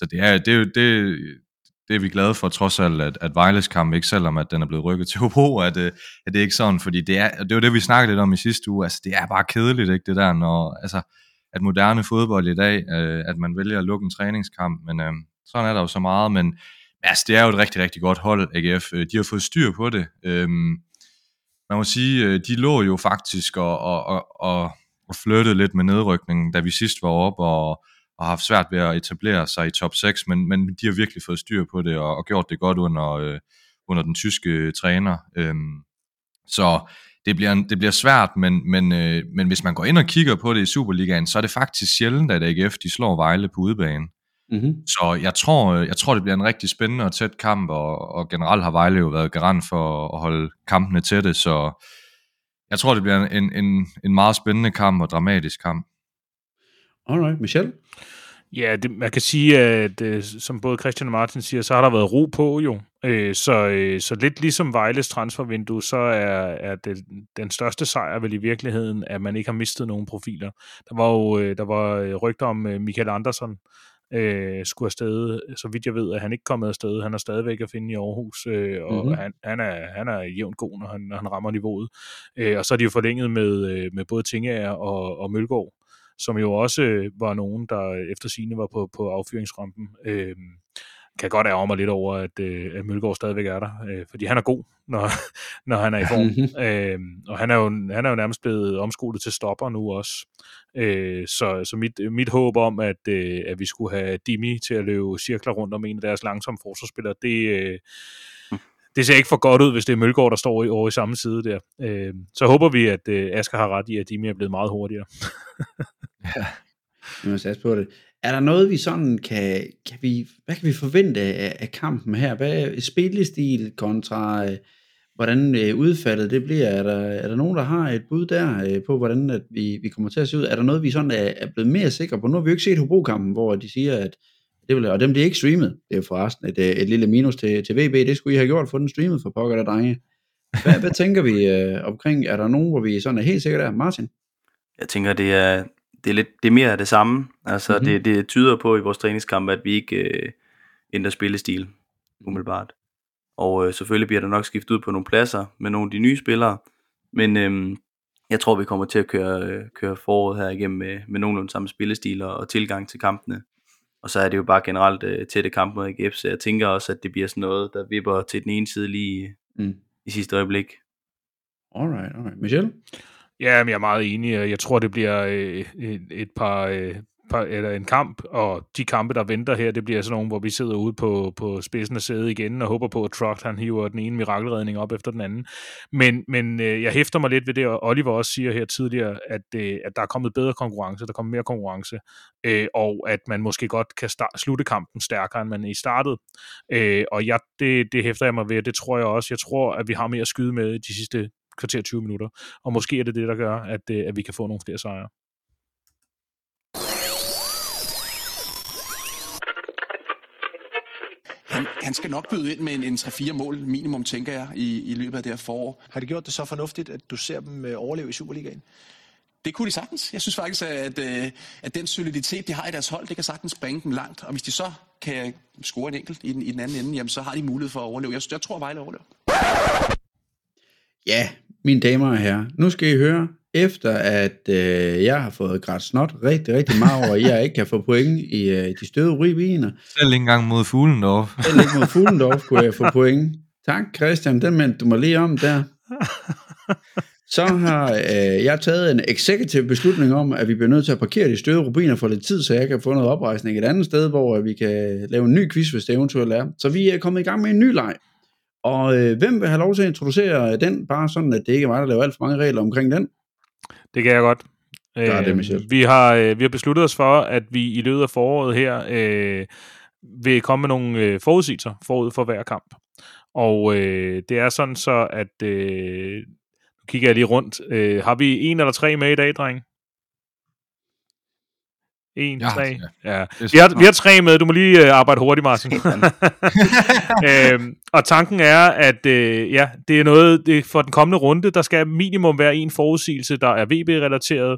det er vi glade for, trods alt, at Vejles kamp, ikke selvom at den er blevet rykket til Hobro, at det er ikke sådan, fordi det var det, vi snakkede lidt om i sidste uge, altså det er bare kedeligt, ikke det der, når, altså, at moderne fodbold i dag, at man vælger at lukke en træningskamp, men sådan er der jo så meget, men altså, det er jo et rigtig, rigtig godt hold, AGF, de har fået styr på det, man må sige, de lå jo faktisk og flyttede lidt med nedrykningen, da vi sidst var oppe og har haft svært ved at etablere sig i top 6, men de har virkelig fået styr på det og gjort det godt under den tyske træner. Så det bliver svært, men hvis man går ind og kigger på det i Superligaen, så er det faktisk sjældent, at AGF de slår Vejle på udebane. Mm-hmm. Så jeg tror, det bliver en rigtig spændende og tæt kamp, og generelt har Vejle jo været garant for at holde kampene tætte, så jeg tror, det bliver en meget spændende kamp og dramatisk kamp.
Alright, Michel?
Ja, man kan sige, at som både Christian og Martin siger, så har der været ro på jo. Så lidt ligesom Vejles transfervindue, så er det den største sejr vel i virkeligheden, at man ikke har mistet nogen profiler. Der var rygter om Michael Andersson skulle afsted, så vidt jeg ved, at han ikke kommet afsted. Han er stadigvæk at finde i Aarhus, og han er jævnt god, når han rammer niveauet. Og så er de jo forlænget med både Tingager og Mølgaard, som jo også var nogen, der efter sigende var på affyringsrampen. Kan godt ærge mig lidt over, at Mølgaard stadigvæk er der, fordi han er god, når han er i form. Og han er jo nærmest blevet omskolet til stopper nu også. Så mit håb om, at vi skulle have Dimi til at løbe cirkler rundt om en af deres langsomme forsvarsspillere, det ser ikke for godt ud, hvis det er Mølgaard, der står over i samme side der. Så håber vi, at Asger har ret i, at Dimi er blevet meget hurtigere.
Ja, vi må satse på det. Er der noget, vi sådan hvad kan vi forvente af kampen her? Hvad er spillestil kontra, hvordan udfaldet det bliver? Er der nogen, der har et bud der på, hvordan at vi kommer til at se ud? Er der noget, vi sådan er blevet mere sikre på? Nu har vi jo ikke set Hobro-kampen, hvor de siger, at og dem bliver ikke streamet. Det er jo forresten et lille minus til VB. Det skulle I have gjort, få den streamet for pokker der drenge. Hvad tænker vi omkring? Er der nogen, hvor vi sådan er helt sikre der? Martin?
Jeg tænker, det er mere af det samme. Altså, det tyder på i vores træningskamp, at vi ikke ændrer spillestil umiddelbart. Og selvfølgelig bliver der nok skiftet ud på nogle pladser med nogle af de nye spillere. Men jeg tror, vi kommer til at køre foråret her igennem med nogenlunde samme spillestil og tilgang til kampene. Og så er det jo bare generelt tætte kamp mod AGF, så jeg tænker også, at det bliver sådan noget, der vipper til den ene side lige i sidste øjeblik.
Alright. Michel?
Ja, men jeg er meget enig. Jeg tror, det bliver et par eller en kamp, og de kampe, der venter her, det bliver sådan nogle, hvor vi sidder ude på spidsen af sædet igen, og håber på, at Truck, han hiver den ene mirakelredning op efter den anden. Men jeg hæfter mig lidt ved det, og Oliver også siger her tidligere, at der er kommet bedre konkurrence, der kommer mere konkurrence, og at man måske godt kan slutte kampen stærkere, end man i startet. Og det hæfter jeg mig ved, det tror jeg også. Jeg tror, at vi har mere at skyde med de sidste kvarter 20 minutter, og måske er det det, der gør, at vi kan få nogle flere sejre.
Han skal nok byde ind med en 3-4 mål minimum, tænker jeg, i løbet af det her forår. Har de gjort det så fornuftigt, at du ser dem overleve i Superligaen? Det kunne de sagtens. Jeg synes faktisk, at den soliditet, de har i deres hold, det kan sagtens bringe dem langt. Og hvis de så kan jeg score en enkelt i den anden ende, jamen så har de mulighed for at overleve. Jeg tror, Vejle overlever.
Ja, mine damer og herrer, nu skal I høre, efter at jeg har fået grædt snot rigtig, rigtig meget over, at jeg ikke kan få point i de støde ribiner.
Selv ikke engang mod Fuglendorf.
Selv ikke mod Fuglendorf kunne jeg få point. Tak, Christian, den mænd, du må lige om der. Så har jeg taget en executive beslutning om, at vi bliver nødt til at parkere de støde rubiner for lidt tid, så jeg kan få noget oprejsning et andet sted, hvor vi kan lave en ny quiz, hvis det eventuelt er. Så vi er kommet i gang med en ny leg. Og hvem vil have lov til at introducere den, bare sådan, at det ikke er mig, der laver alt for mange regler omkring den?
Det kan jeg godt. Vi har besluttet os for, at vi i løbet af foråret her vil komme med nogle forudsigelser forud for hver kamp. Og det er sådan så, at nu kigger jeg lige rundt. Har vi 1 eller 3 med i dag, dreng? 1, 3? Ja. Vi har 3 med. Du må lige arbejde hurtigt, Martin. Og tanken er, at det er noget for den kommende runde. Der skal minimum være en forudsigelse, der er VB-relateret,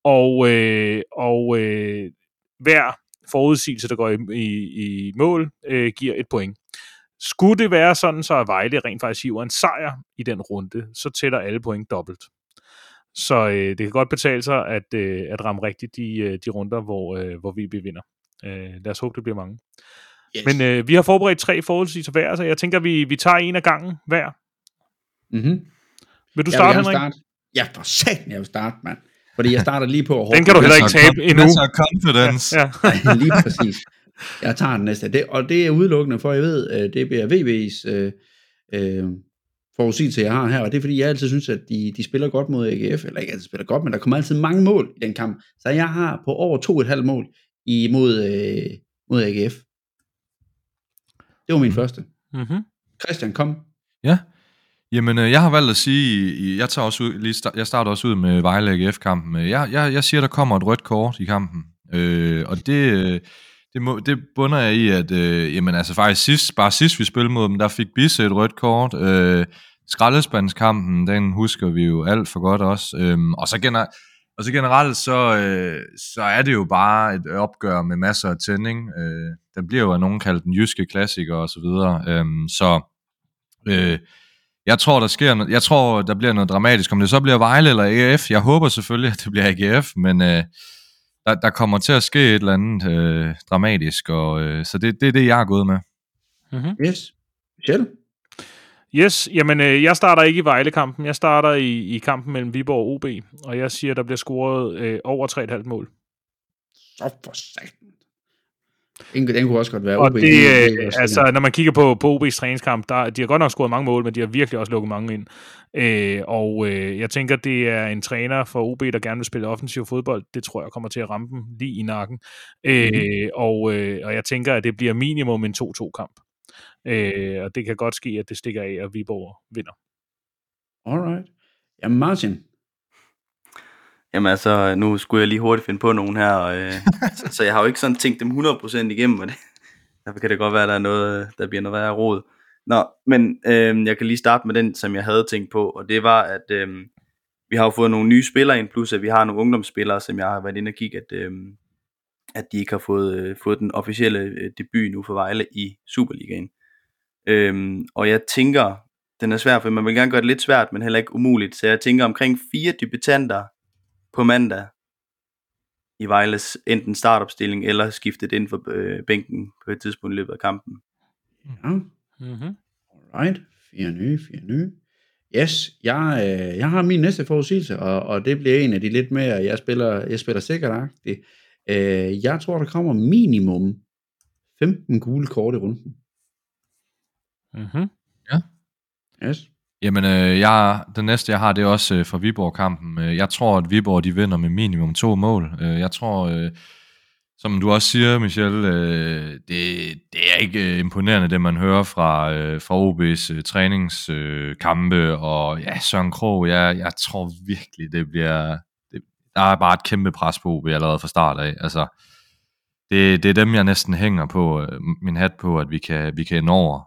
og hver forudsigelse, der går i mål, giver et point. Skulle det være sådan, så at Vejle rent faktisk hiver en sejr i den runde, så tæller alle point dobbelt. Så det kan godt betale sig at ramme rigtigt de runder, hvor VB vinder. Lad os håbe, det bliver mange. Yes. Men vi har forberedt 3 forudsigelser hver, så jeg tænker, vi tager en af gangen hver.
Mm-hmm.
Vil du starte, Henrik?
Ja, for satan, jeg vil starte, mand. Fordi jeg starter lige på at
den kan du heller ikke tabe endnu.
Confidence.
Ja. Lige præcis. Jeg tager den næste. Og det er udelukkende, for jeg ved, det bliver VB's forudsigelse, jeg har her. Og det er, fordi jeg altid synes, at de spiller godt mod AGF. Eller ikke altid spiller godt, men der kommer altid mange mål i den kamp. Så jeg har på over 2,5 mål mod AGF. Det var min første.
Mm-hmm.
Christian, kom.
Ja. Jamen, jeg har valgt at sige, jeg starter også ud med Vejle AGF-kampen. Jeg siger, der kommer et rødt kort i kampen. Og det bunder jeg i, at jamen, altså faktisk sidst vi spillede mod dem, der fik Bisse et rødt kort. Skraldespandskampen, den husker vi jo alt for godt også. Og så generelt, så er det jo bare et opgør med masser af tænding. Den bliver jo af nogen kaldt den jyske klassiker og så videre. Jeg tror, der bliver noget dramatisk. Om det så bliver Vejle eller AGF, jeg håber selvfølgelig, at det bliver AGF, men der kommer til at ske et eller andet dramatisk, og så det er det, jeg er gået med.
Mm-hmm. Yes. Michel?
Yes, jamen jeg starter ikke i Vejle-kampen. Jeg starter i kampen mellem Viborg og OB, og jeg siger, der bliver scoret over 3,5 mål.
Så for satan. Den kunne også godt være
og
OB.
Det, altså, når man kigger på OB's træningskamp, de har godt nok scoret mange mål, men de har virkelig også lukket mange ind. Jeg tænker, det er en træner for OB, der gerne vil spille offensiv fodbold. Det tror jeg kommer til at ramme dem lige i nakken. Og jeg tænker, at det bliver minimum en 2-2-kamp. Og det kan godt ske, at det stikker af, at Viborg vinder.
Alright. Jamen Martin?
Jamen altså, nu skulle jeg lige hurtigt finde på nogen her, så jeg har jo ikke sådan tænkt dem 100% igennem, og derfor kan det godt være, at der er noget, der bliver noget værre råd. Nå, men jeg kan lige starte med den, som jeg havde tænkt på, og det var, at vi har jo fået nogle nye spillere ind, plus at vi har nogle ungdomsspillere, som jeg har været inde og kigge, at de ikke har fået den officielle debut nu for Vejle i Superligaen. Og jeg tænker, den er svær, for man vil gerne gøre det lidt svært, men heller ikke umuligt, så jeg tænker omkring 4 debutanter på mandag i Vejles enten startopstilling eller skiftet ind for bænken på et tidspunkt i løbet af kampen.
Ja. Mm-hmm. Alright. 4 nye. Yes, jeg har min næste forudsigelse, og det bliver en af de lidt mere, jeg spiller sikkert-agtigt. Jeg tror, der kommer minimum 15 gule kort i runden.
Mm-hmm.
Ja.
Yes.
Jamen, den næste, jeg har, det er også fra Viborg-kampen. Jeg tror, at Viborg, de vinder med minimum 2 mål. Jeg tror, som du også siger, Michel, det er ikke imponerende, det man hører fra OB's træningskampe, og ja, Søren Krog, jeg tror virkelig, det bliver... Der er bare et kæmpe pres på OB allerede fra start af. Altså, det er dem, jeg næsten hænger på, min hat på, at vi kan nå over.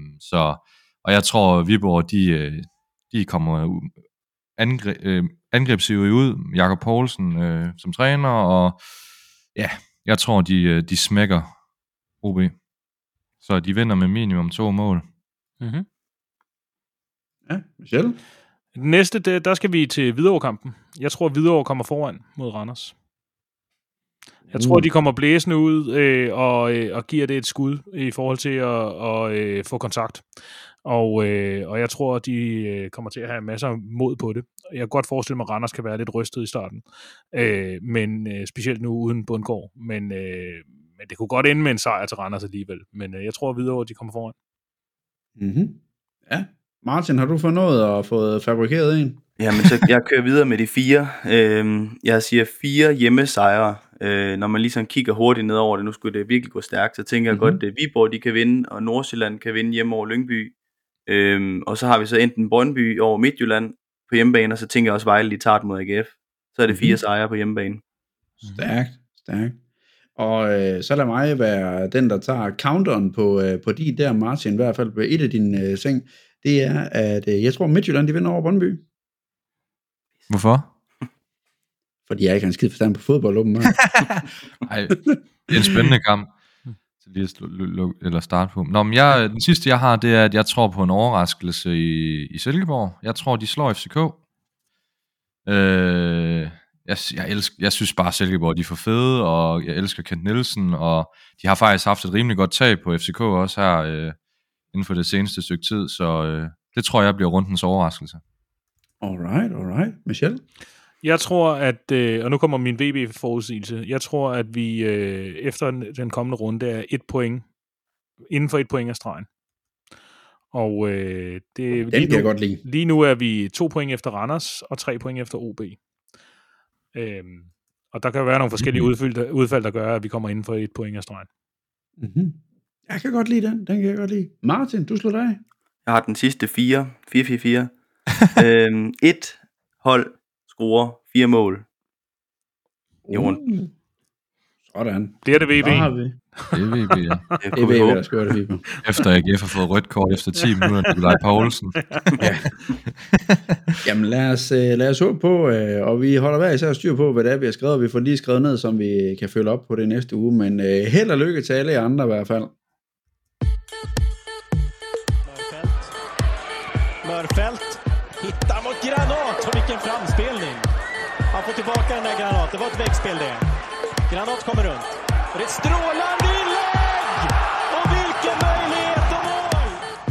Og jeg tror, Viborg, de kommer angrebsivrige ud. Jakob Poulsen som træner, og ja, jeg tror, de smækker OB. Så de vinder med minimum 2 mål.
Mm-hmm.
Ja, Michel?
Den næste, der skal vi til Hvidovre-kampen. Jeg tror, Hvidovre kommer foran mod Randers. Jeg tror, de kommer blæsende ud og giver det et skud i forhold til at få kontakt. Og jeg tror, de kommer til at have masser af mod på det. Jeg kan godt forestille mig, at Randers kan være lidt rystet i starten. Men specielt nu uden Bundgaard. Men det kunne godt ende med en sejr til Randers alligevel. Men jeg tror, at Hvidovre, de kommer foran.
Mm-hmm. Ja. Martin, har du fået noget og fået fabrikeret en?
Jamen, så jeg kører videre med de 4. Jeg siger 4 hjemmesejre. Når man ligesom kigger hurtigt ned over det, nu skulle det virkelig gå stærkt, så tænker jeg godt, at Viborg de kan vinde, og Nordsjælland kan vinde hjemme over Lyngby. Og så har vi så enten Brøndby over Midtjylland på hjemmebane, og så tænker jeg også Vejle, de tager det mod AGF. Så er det 4 sejre på hjemmebane.
Stærkt. Og så lad mig være den, der tager counteren på de der, Martin, i hvert fald på et af dine ting. Det er, at jeg tror, Midtjylland, de vinder over Brøndby.
Hvorfor?
Fordi jeg ikke har en skid forstand på fodbold, åbenbart.
Nej, det er en spændende kamp. Så lige at starte på. Nå, men den sidste, jeg har, det er, at jeg tror på en overraskelse i Silkeborg. Jeg tror, de slår FCK. Jeg synes bare, at Silkeborg de er for fede, og jeg elsker Kent Nielsen, og de har faktisk haft et rimelig godt tag på FCK også her inden for det seneste stykke tid, så det tror jeg bliver rundens overraskelse.
Alright. Michel?
Jeg tror, at, og nu kommer min VB-forudsigelse, jeg tror, at vi efter den kommende runde er 1 point, inden for 1 point af stregen. Og det
den kan jeg godt lide.
Lige nu er vi 2 point efter Randers, og 3 point efter OB. Og der kan være nogle forskellige udfald, der gør, at vi kommer inden for 1 point af stregen.
Mm-hmm. Jeg kan godt lide den kan jeg godt lide. Martin, du slår dig.
Jeg har den sidste 4. 4-4-4. 1 hold scorer 4 mål i runden.
Sådan.
Bliver det VB?
Det er VB, ja.
Det er VB, der skal gøre det, VB.
Efter AGF har fået rødt kort efter 10 minutter, Nikolaj Poulsen.
Ja. Jamen lad os håbe på, og vi holder hver især styr på, hvad det er, vi har skrevet. Vi får lige skrevet ned, som vi kan følge op på det næste uge, men held og lykke til alle andre i hvert fald.
Mörfelt hittar mot Granat, och vilken framspelning. Han får tillbaka den där Granat, det var ett väggspel det. Granat kommer runt, och det är ett strålande inlägg! Och vilken möjlighet och mål!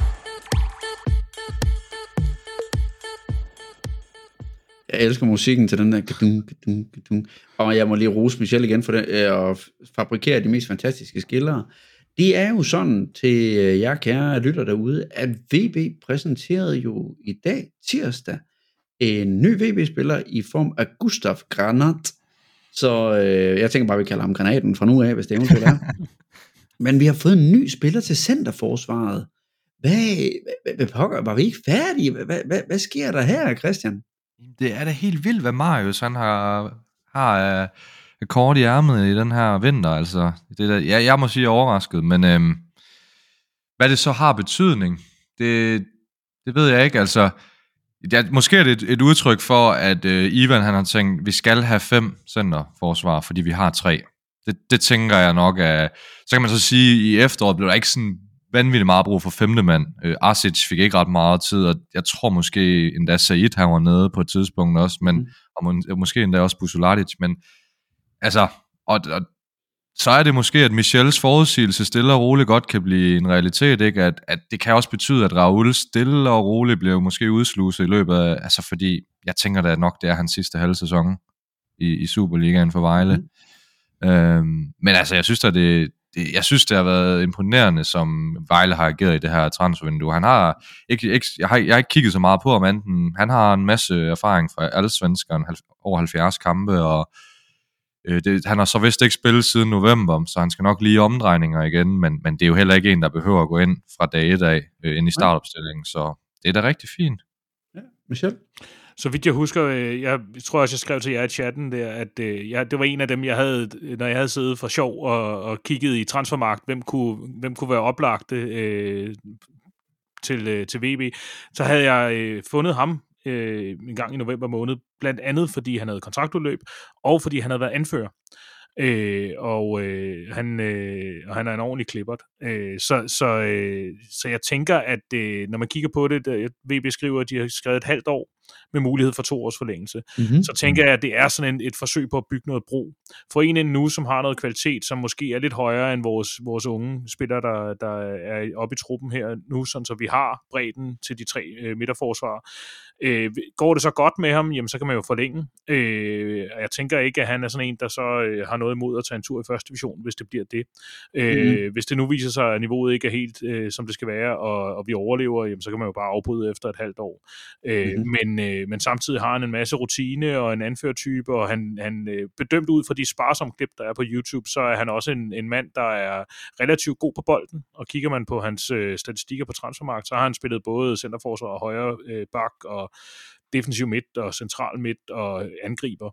Jeg elsker musikken til den der. Og jeg må lige rose Michel igen for det, og fabrikere de mest fantastiske skillere. Det er jo sådan til jer kære lytter derude, at VB præsenterede jo i dag, tirsdag, en ny VB-spiller i form af Gustav Granat. Så jeg tænker bare, vi kalder ham Granaten fra nu af, hvis det eventuelt er. Men vi har fået en ny spiller til centerforsvaret. Hvad pokker, var vi ikke færdige? Hvad sker der her, Christian?
Det er da helt vildt, hvad Marius han har kort i ærmet i den her vinter. Altså, det der, jeg må sige overrasket, men hvad det så har betydning, det ved jeg ikke. Altså, måske er det et udtryk for, at Ivan han har tænkt, vi skal have 5 centerforsvar, fordi vi har 3. Det tænker jeg nok. Så kan man så sige, at i efteråret blev der ikke sådan vanvittigt meget brug for 5. mand. Arsic fik ikke ret meget tid, og jeg tror måske endda Said han var nede på et tidspunkt også, men og måske endda også Busuladic, men altså, og så er det måske, at Michels forudsigelse stille og roligt godt kan blive en realitet, ikke? At det kan også betyde, at Raul stille og roligt bliver måske udsluset i løbet af, altså fordi, jeg tænker da nok, det er hans sidste halve sæson i Superligaen for Vejle. Men altså, jeg synes, det har været imponerende, som Vejle har ageret i det her transfervindue. Han har jeg har ikke kigget så meget på ham, enten han har en masse erfaring fra alle svenskerne, over 70 kampe, og han har så vist ikke spillet siden november, så han skal nok lige omdrejninger igen, men det er jo heller ikke en, der behøver at gå ind fra dag 1 af ind i startopstillingen, så det er da rigtig fint.
Ja, Michel?
Så vidt jeg husker, jeg tror også, jeg skrev til jer i chatten der, at det var en af dem, jeg havde, når jeg havde siddet for sjov og kigget i Transfermarkt, hvem kunne være oplagte til VB, så havde jeg fundet ham en gang i november måned, blandt andet fordi han havde kontraktudløb, og fordi han havde været anfører. og han er en ordentlig klippert. Så jeg tænker, at når man kigger på det, VB skriver, at de har skrevet et halvt år med mulighed for 2 års forlængelse, så tænker jeg, at det er sådan et forsøg på at bygge noget bro. For en nu, som har noget kvalitet, som måske er lidt højere end vores unge spillere, der er oppe i truppen her nu, sådan så vi har bredden til de 3 midterforsvar. Går det så godt med ham, jamen så kan man jo forlænge. Jeg tænker ikke, at han er sådan en, der så har noget imod at tage en tur i første division, hvis det bliver det. Hvis det nu viser sig, at niveauet ikke er helt, som det skal være, og vi overlever, jamen, så kan man jo bare afbryde efter et halvt år. Men samtidig har han en masse rutine og en anførtype, og han bedømt ud fra de sparsomme klip, der er på YouTube, så er han også en mand, der er relativt god på bolden, og kigger man på hans statistikker på Transfermarkt, så har han spillet både centerforsvar og højre bak, og defensiv midt og central midt og angriber.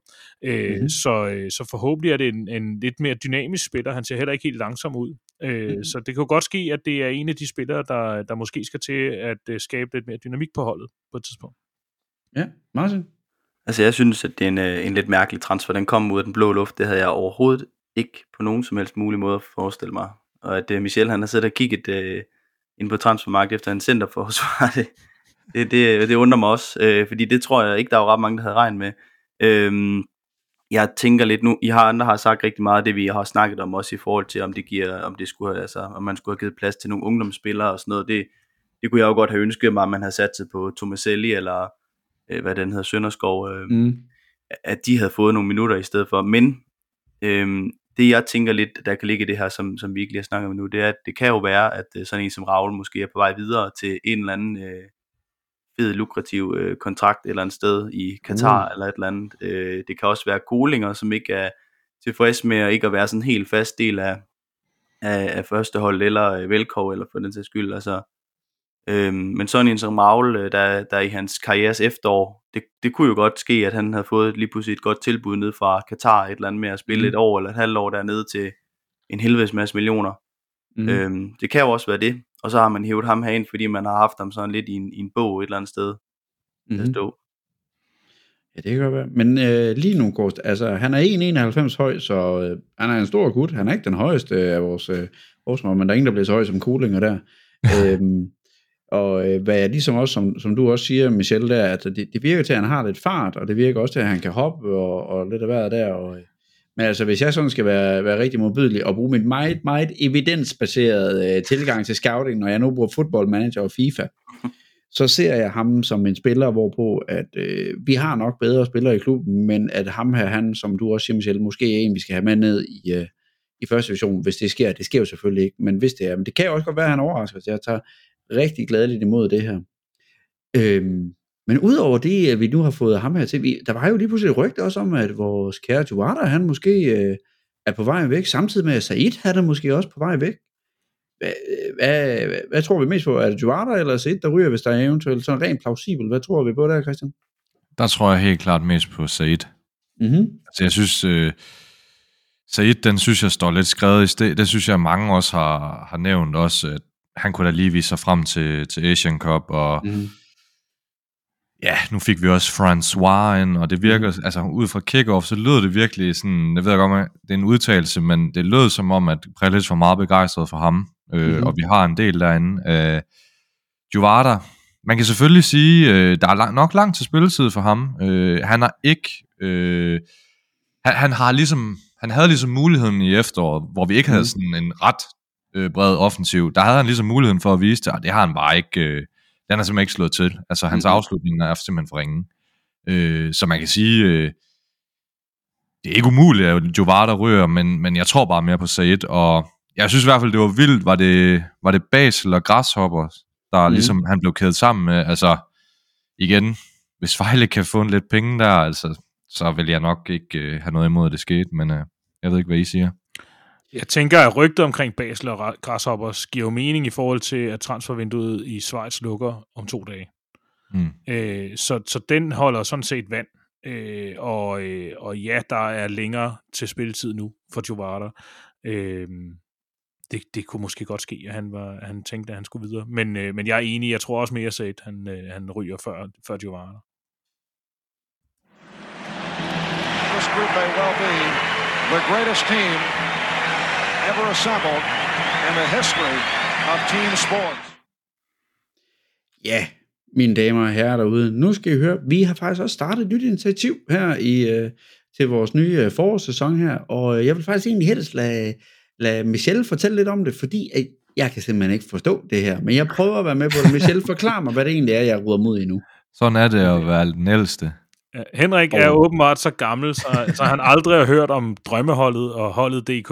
Så forhåbentlig er det en lidt mere dynamisk spiller. Han ser heller ikke helt langsom ud. Så det kan jo godt ske, at det er en af de spillere, der måske skal til at skabe lidt mere dynamik på holdet på et tidspunkt.
Ja, Martin?
Altså jeg synes, at det er en lidt mærkelig transfer. Den kom ud af den blå luft. Det havde jeg overhovedet ikke på nogen som helst mulig måde at forestille mig. Og at Michel han har siddet og kigget ind på Transfermarkt efter en centerforsvar, det undrer mig også, fordi det tror jeg ikke, der er jo ret mange, der havde regnet med. Jeg tænker lidt nu, andre har sagt rigtig meget af det, vi har snakket om også i forhold til, om man skulle have givet plads til nogle ungdomsspillere og sådan noget. Det kunne jeg jo godt have ønsket mig, at man havde satset på Tomaselli eller hvad den hedder, Sønderskov, at de havde fået nogle minutter i stedet for. Men det jeg tænker lidt, der kan ligge i det her, som vi ikke lige har snakket om nu, det er, at det kan jo være, at sådan en som Raul måske er på vej videre til en eller anden fed, lukrativ kontrakt et eller andet sted i Katar eller et eller andet. Det kan også være Kolinger, som ikke er tilfreds med at ikke at være sådan en helt fast del af førstehold eller Velkov eller for den sags skyld. Altså, men sådan en som Raul, der i hans karrieres efterår, det kunne jo godt ske, at han havde fået lige pludselig et godt tilbud ned fra Katar, et eller andet med at spille et år eller et halvt år dernede til en helvedes masse millioner. Det kan jo også være det. Og så har man hævet ham herind, fordi man har haft ham sådan lidt i en bog et eller andet sted. Der stod.
Ja, det kan godt være. Men lige nu, Kost, altså han er 1,91 høj, så han er en stor gut. Han er ikke den højeste af vores forsvar, men der er ingen, der bliver så høj som Kolinger der. Og hvad jeg ligesom også, som du også siger, Michel, der, at det virker til, at han har lidt fart, og det virker også til, at han kan hoppe og lidt af hvert der. Men altså, hvis jeg sådan skal være rigtig modbydelig og bruge min meget, meget evidensbaserede tilgang til scouting, når jeg nu bruger Football Manager og FIFA, så ser jeg ham som en spiller, hvorpå at vi har nok bedre spillere i klubben, men at ham her, han, som du også siger, Michel, måske er en, vi skal have med ned i første division, hvis det sker. Det sker jo selvfølgelig ikke, men hvis det er. Men det kan jo også godt være, at han overrasker, så jeg tager rigtig gladeligt imod det her. Men udover det, at vi nu har fået ham her til, der var jo lige pludselig et rygte også om, at vores kære Juvada, han måske er på vej væk, samtidig med at Said er der måske også på vej væk. Hvad tror vi mest på? Er det Juvada eller Said, der ryger, hvis der er eventuelt sådan rent plausibelt? Hvad tror vi på der, Christian?
Der tror jeg helt klart mest på Said. Altså jeg synes, Said, den synes jeg står lidt skrevet i sted. Det synes jeg, mange også har nævnt også, at han kunne da lige vise sig frem til Asian Cup, og ja, nu fik vi også François ind, og det virker, altså ud fra kick-off, så lød det virkelig sådan, jeg ved godt, at det er en udtalelse, men det lød som om, at Prelic var meget begejstret for ham, og vi har en del derinde. Juvada, man kan selvfølgelig sige, der er nok langt til spilletid for ham. Han har ikke, han havde ligesom muligheden i efteråret, hvor vi ikke havde sådan en ret bred offensiv. Der havde han ligesom muligheden for at vise det, og det har han bare ikke. Den er simpelthen ikke slået til. Altså hans afslutninger er simpelthen for ringe. Så man kan sige, det er ikke umuligt, at Juvada ryger, men jeg tror bare mere på Said, og jeg synes i hvert fald, det var vildt, var det Basel og Græshopper, der ligesom han blev kædet sammen med. Altså igen, hvis Vejle kan få en lidt penge der, altså, så vil jeg nok ikke have noget imod, at det skete, men jeg ved ikke, hvad I siger.
Jeg tænker, at rygtet omkring Basel og Grasshoppers giver jo mening i forhold til, at transfervinduet i Schweiz lukker om 2 dage. Så den holder sådan set vand. Og ja, der er længere til spilletid nu for Juvada. Det kunne måske godt ske, at han tænkte, at han skulle videre. Men jeg er enig, jeg tror også mere set, han ryger før Juvada.
This group may well be
the greatest team ever assembled in the history of team sports.
Ja, mine damer og herrer derude, nu skal I høre, vi har faktisk også startet et nyt initiativ her til vores nye forårssæson her, og jeg vil faktisk egentlig helst lade Michelle fortælle lidt om det, fordi jeg kan simpelthen ikke forstå det her, men jeg prøver at være med på det. Michelle, forklar mig, hvad det egentlig er, jeg ruder mod i nu.
Sådan er det at være den ældste.
Henrik er åbenbart så gammel, så han aldrig har hørt om drømmeholdet og holdet.dk.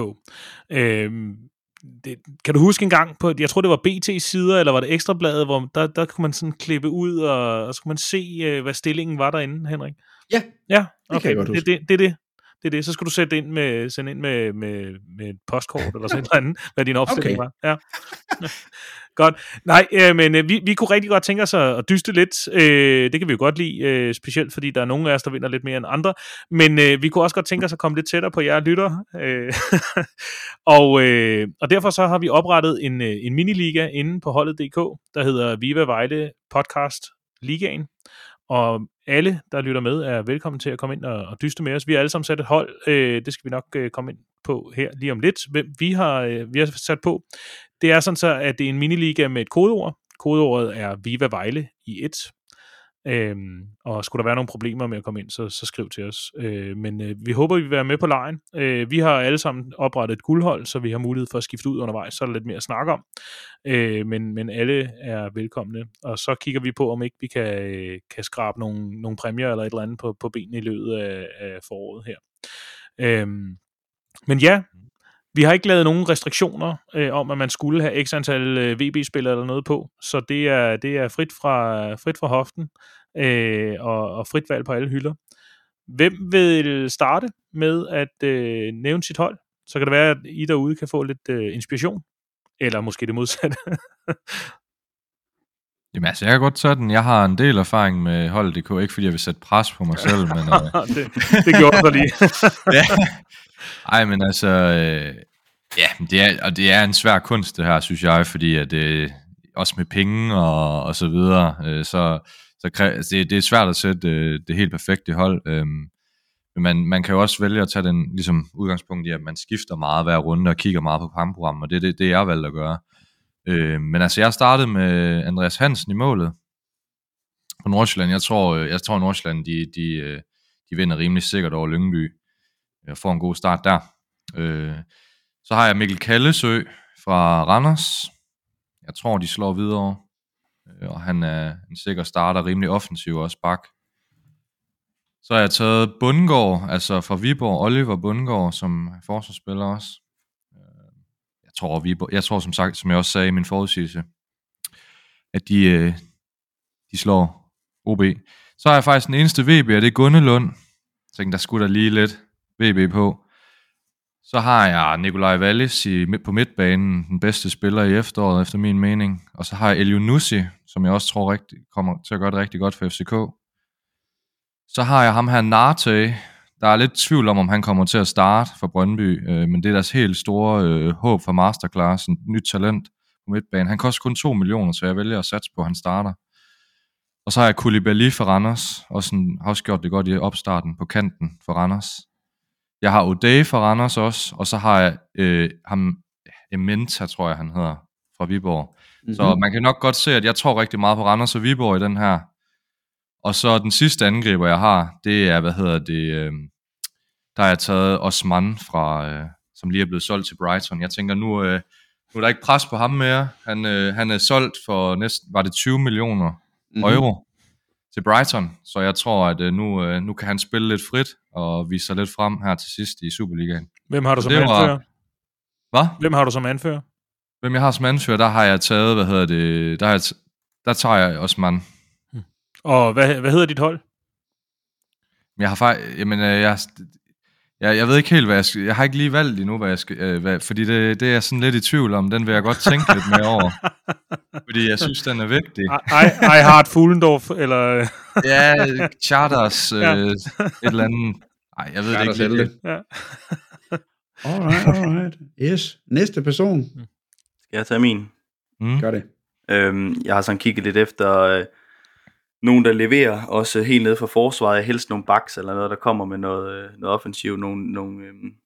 Kan du huske en gang på, jeg tror det var BT's sider, eller var det Ekstrabladet, hvor der kunne man sådan klippe ud, og så kunne man se, hvad stillingen var derinde, Henrik? Ja, okay, det er det. Så skal du sende ind med et postkort, eller sådan noget andet, hvad din opstilling var. Ja. Godt. Nej, men vi kunne rigtig godt tænke os at dyste lidt. Det kan vi jo godt lide, specielt fordi der er nogle af os, der vinder lidt mere end andre. Men vi kunne også godt tænke os at komme lidt tættere på jer lytter. Og derfor så har vi oprettet en miniliga inde på holdet.dk, der hedder Viva Vejle Podcast Ligaen. Og alle, der lytter med, er velkommen til at komme ind og dyste med os. Vi har alle sammen sat et hold. Det skal vi nok komme ind på her lige om lidt. Hvem vi har sat på. Det er sådan så, at det er en miniliga med et kodeord. Kodeordet er Viva Vejle i et. Og skulle der være nogle problemer med at komme ind, så skriv til os. Men vi håber, vi vil være med på lejen. Vi har alle sammen oprettet et guldhold, så vi har mulighed for at skifte ud undervejs, så er der lidt mere at snakke om. Men alle er velkomne. Og så kigger vi på, om ikke vi kan skrabe nogle præmier eller et eller andet på benene i løbet af foråret her. Men ja, vi har ikke lavet nogen restriktioner om, at man skulle have x antal VB-spillere eller noget på, så det er frit fra hoften og frit valg på alle hylder. Hvem vil starte med at nævne sit hold? Så kan det være, at I derude kan få lidt inspiration, eller måske det modsatte.
Jamen altså, jeg kan godt tage den. Jeg har en del erfaring med holdet.dk, ikke fordi jeg vil sætte pres på mig selv, men...
det gjorde du lige.
Ja. Ej, men altså... Ja, det er en svær kunst, det her, synes jeg, fordi at også med penge og så videre, så det er svært at sætte det helt perfekte hold. Men man kan jo også vælge at tage den ligesom udgangspunkt i, at man skifter meget hver runde og kigger meget på kampprogrammet, og det er det, jeg valgte at gøre. Men altså, jeg startede med Andreas Hansen i målet på Nordsjælland. Jeg tror Nordsjælland, de vinder rimelig sikkert over Lyngby og får en god start der. Så har jeg Mikkel Kallesø fra Randers. Jeg tror, de slår videre. Og han er en sikker starter, rimelig offensiv også bak. Så har jeg taget Bundgaard, altså fra Viborg, Oliver Bundgaard, som forsvarsspiller også. Jeg tror som sagt, som jeg også sagde i min forudsigelse, at de slår OB. Så har jeg faktisk den eneste VB, og det er Gundelund. Jeg tænkte, der skulle der lige lidt VB på. Så har jeg Nikolaj Wallis på midtbanen, den bedste spiller i efteråret, efter min mening. Og så har jeg Elyounoussi, som jeg også tror kommer til at gøre det rigtig godt for FCK. Så har jeg ham her Nate. Der er lidt tvivl om han kommer til at starte for Brøndby, men det er deres helt store håb for Masterclass, en nyt talent på midtbanen. Han koster kun 2 millioner, så jeg vælger at satse på, at han starter. Og så har jeg Koulibaly for Randers, og har også gjort det godt i opstarten på kanten for Randers. Jeg har O'Day for Randers også, og så har jeg ham, Ementa, tror jeg han hedder, fra Viborg. Mm-hmm. Så man kan nok godt se, at jeg tror rigtig meget på Randers og Viborg i den her. Og så den sidste angriber, jeg har, det er, der har jeg taget Osman fra, som lige er blevet solgt til Brighton. Jeg tænker, nu er der ikke pres på ham mere. Han er solgt for næsten, var det 20 millioner euro til Brighton. Så jeg tror, at nu kan han spille lidt frit og vise sig lidt frem her til sidst i Superligaen.
Hvem har du som anfører?
Hvad?
Hvem har du som anfører?
Hvem jeg har som anfører, der har jeg taget, der tager jeg Osman.
Og hvad hedder dit hold?
Jeg har faktisk, jeg ved ikke helt, hvad jeg skal. Jeg har ikke lige valgt endnu, hvad jeg skal, fordi det er jeg sådan lidt i tvivl om. Den vil jeg godt tænke lidt mere over, fordi jeg synes, den er vigtig.
I Heart Fuglendorf, eller...
ja, Charters, et eller andet. Nej, jeg ved det ikke lige. Ja.
Alright. Yes. Næste person.
Skal jeg tage min?
Gør det.
Jeg har sådan kigget lidt efter... nogen, der leverer, også helt ned fra forsvaret, helst nogle backs eller noget, der kommer med noget offensivt, nogle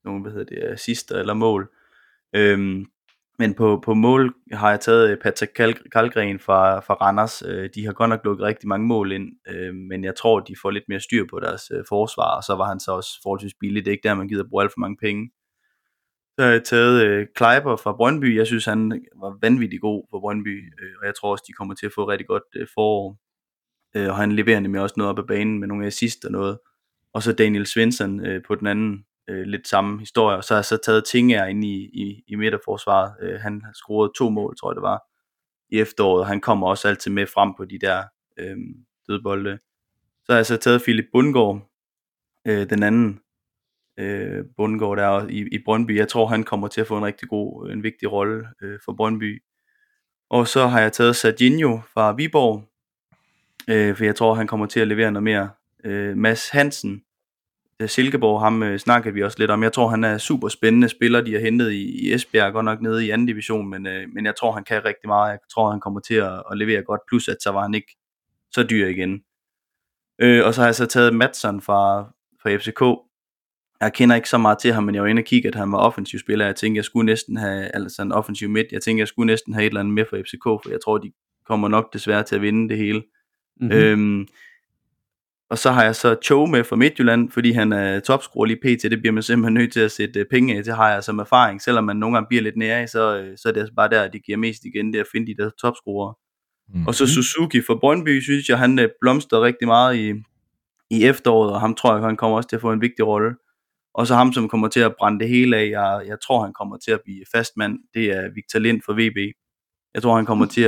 assister eller mål. Men på mål har jeg taget Patrick Karlgren fra Randers. De har godt nok lukket rigtig mange mål ind, men jeg tror, de får lidt mere styr på deres forsvar, og så var han så også forholdsvis billig. Det er ikke der, man gider bruge alt for mange penge. Så har jeg taget Kleiber fra Brøndby. Jeg synes, han var vanvittigt god for Brøndby, og jeg tror også, de kommer til at få rigtig godt forår. Og han leverer nemlig også noget op ad banen med nogle assist og noget. Og så Daniel Svensson på den anden, lidt samme historie. Og så har jeg så taget Tinger ind i midterforsvaret. Han har scoret 2 mål, tror jeg det var, i efteråret. Han kommer også altid med frem på de der dødbolde. Så har jeg så taget Philip Bundgaard, den anden Bundgaard der i Brøndby. Jeg tror, han kommer til at få en vigtig rolle for Brøndby. Og så har jeg taget Serginho fra Viborg, for jeg tror, han kommer til at levere noget mere. Mads Hansen, Silkeborg, ham snakkede vi også lidt om. Jeg tror, han er super spændende spiller, de har hentet i Esbjerg, godt nok nede i anden division, men jeg tror, han kan rigtig meget. Jeg tror, han kommer til at levere godt, plus at så var han ikke så dyr igen. Og så har jeg så taget Madsson fra FCK. Jeg kender ikke så meget til ham, men jeg var inde og kigge, at han var offensiv spiller. Jeg tænkte, jeg skulle næsten have altså en offensiv midt. Jeg tænkte, jeg skulle næsten have et eller andet med for FCK, for jeg tror, de kommer nok desværre til at vinde det hele. Mm-hmm. Og så har jeg så Cho med fra Midtjylland, fordi han er topscorer lige pt. Det bliver man simpelthen nødt til at sætte penge af. Det har jeg som erfaring. Selvom man nogle gange bliver lidt nære, så er det altså bare der, det giver mest igen, det at finde de der topscorer. Mm-hmm. Og så Suzuki fra Brøndby, synes jeg, han blomster rigtig meget i efteråret, og ham tror jeg, han kommer også til at få en vigtig rolle. Og så ham, som kommer til at brænde det hele af, jeg tror, han kommer til at blive fastmand, det er Victor Lind fra VB. Jeg tror, han kommer til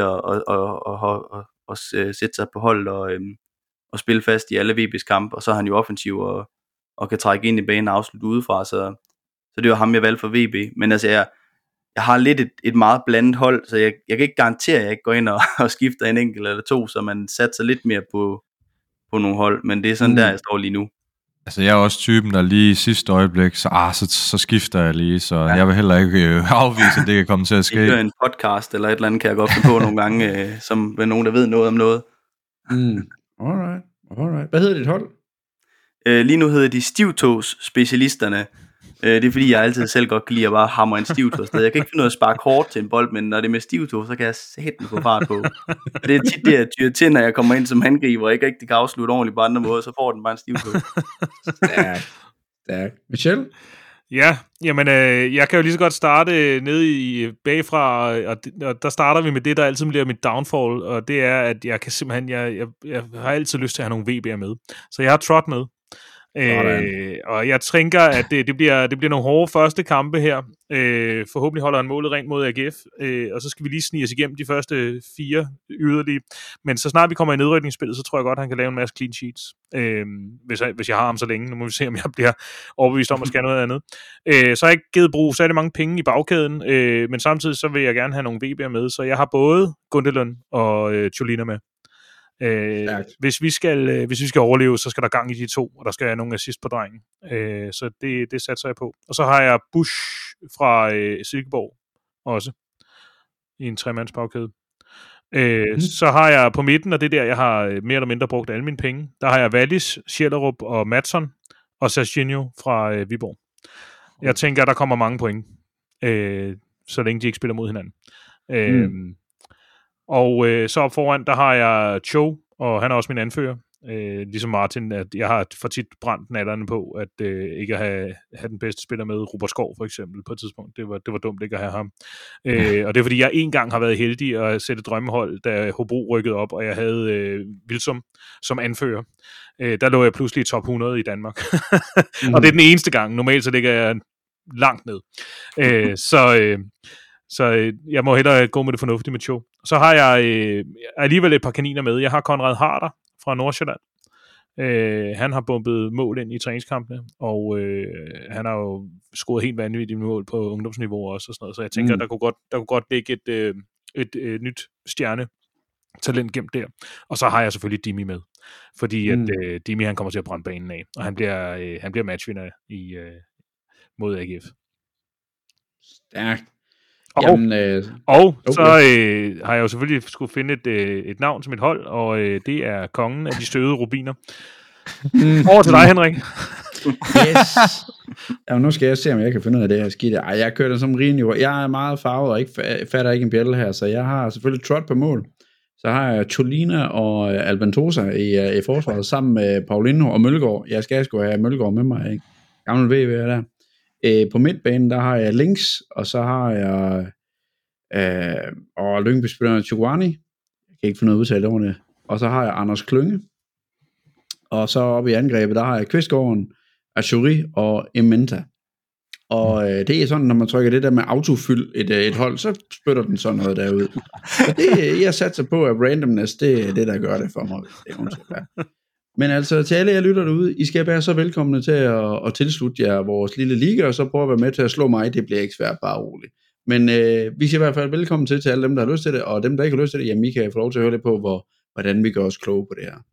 at sætte sig på hold og spille fast i alle VB's kampe, og så er han jo offensiv og kan trække ind i banen og afslutte udefra, så det var ham, jeg valgte for VB. Men altså, jeg har lidt et meget blandet hold, så jeg kan ikke garantere, at jeg ikke går ind og skifter en enkelt eller to, så man satser lidt mere på nogle hold, men det er sådan der, jeg står lige nu.
Altså, jeg er også typen, der lige i sidste øjeblik, så skifter jeg lige, så jeg vil heller ikke afvise, at det kan komme til at ske.
Jeg hører en podcast eller et eller andet, kan jeg godt finde på nogle gange, som med nogen, der ved noget om noget.
Alright. Hvad hedder dit hold?
Lige nu hedder de stivtås-specialisterne. Det er fordi, jeg altid selv godt kan lide at bare hamre en stivtås sted. Jeg kan ikke finde noget at sparke hårdt til en bold, men når det er med stivtås, så kan jeg sætte den på fart på. Det er tit det, jeg tyrer til, når jeg kommer ind som angriber, og ikke rigtig kan afslutte ordentligt på andre måder, så får den bare en stivtås.
Stærk. Michel?
Ja, jamen jeg kan jo lige så godt starte nede i bagfra, og der starter vi med det, der altid bliver mit downfall, og det er, at jeg kan simpelthen, jeg har altid lyst til at have nogle VB'er med. Så jeg har Trot med. Og jeg tænker, at det bliver nogle hårde første kampe her. Forhåbentlig holder han målet rent mod AGF, og så skal vi lige snige os igennem de første 4 yderlige. Men så snart vi kommer i nedrykningsspillet, så tror jeg godt, at han kan lave en masse clean sheets. Hvis jeg har ham så længe. Nu må vi se, om jeg bliver overbevist om at skal noget andet. Så har jeg ikke givet brug særlig mange penge i bagkæden, men samtidig så vil jeg gerne have nogle VB'er med. Så jeg har både Gundelund og Cholina med. Hvis vi skal overleve, så skal der gang i de 2, og der skal jeg nogle assist på drengen. Så det satser jeg på. Og så har jeg Bush fra Silkeborg også i en 3-mands bagkæde. Så har jeg på midten, og det der, jeg har mere eller mindre brugt alle mine penge, der har jeg Wallis, Schellerup og Madsson og Serginho fra Viborg. Jeg tænker, der kommer mange point, så længe de ikke spiller mod hinanden. Og så op foran, der har jeg Cho, og han er også min anfører. Ligesom Martin, at jeg har for tit brændt nallerne på, at ikke at have den bedste spiller med, Robert Skov for eksempel, på et tidspunkt. Det var dumt ikke at have ham. Og det er fordi, jeg en gang har været heldig at sætte drømmehold, da Hobro rykkede op, og jeg havde Vilsum som anfører. Der lå jeg pludselig i top 100 i Danmark. Og det er den eneste gang. Normalt så ligger jeg langt ned. Så jeg må hellere gå med det fornuftige med Cho. Så har jeg alligevel et par kaniner med. Jeg har Konrad Harder fra Nordsjælland. Han har bumpet mål ind i træningskampene, og han har jo scoret helt vanvittigt mål på ungdomsniveau også, og sådan noget. Så jeg tænker, der kunne godt ligge et nyt stjernetalent gemt der. Og så har jeg selvfølgelig Dimi med, fordi at Dimi han kommer til at brænde banen af, og han bliver matchvinder mod AGF.
Stærkt.
Så har jeg jo selvfølgelig skulle finde et navn til mit hold, og det er kongen af de støvede rubiner. Over til dig, Henrik.
Yes. Jamen, nu skal jeg se, om jeg kan finde ud af det her skidt. Ej, jeg kører den som rimelig. Jeg er meget farvet og ikke fatter ikke en bjælle her, så jeg har selvfølgelig Trot på mål. Så har jeg Tolina og Albentosa i forsvaret, sammen med Paulinho og Mølgaard. Jeg skal sgu have Mølgaard med mig, ikke? Gammel VV der. På midtbanen, der har jeg Links, og så har jeg Lyngby-spilleren Chukwani. Jeg kan ikke finde noget udtale over det. Og så har jeg Anders Klynge. Og så oppe i angrebet, der har jeg Kvistgården, Achuri og Ementa. Og det er sådan, når man trykker det der med autofyld et hold, så spytter den sådan noget derud. Så det, jeg satser på, at randomness, det er det, der gør det for mig. Men altså, til alle jer lytter derude, I skal være så velkomne til at tilslutte jer vores lille liga, og så prøve at være med til at slå mig. Det bliver ikke svært, bare roligt. Men vi siger i hvert fald velkommen til alle dem, der har lyst til det, og dem, der ikke har lyst til det, jamen I kan få lov til at høre lidt på, hvordan vi gør os kloge på det her.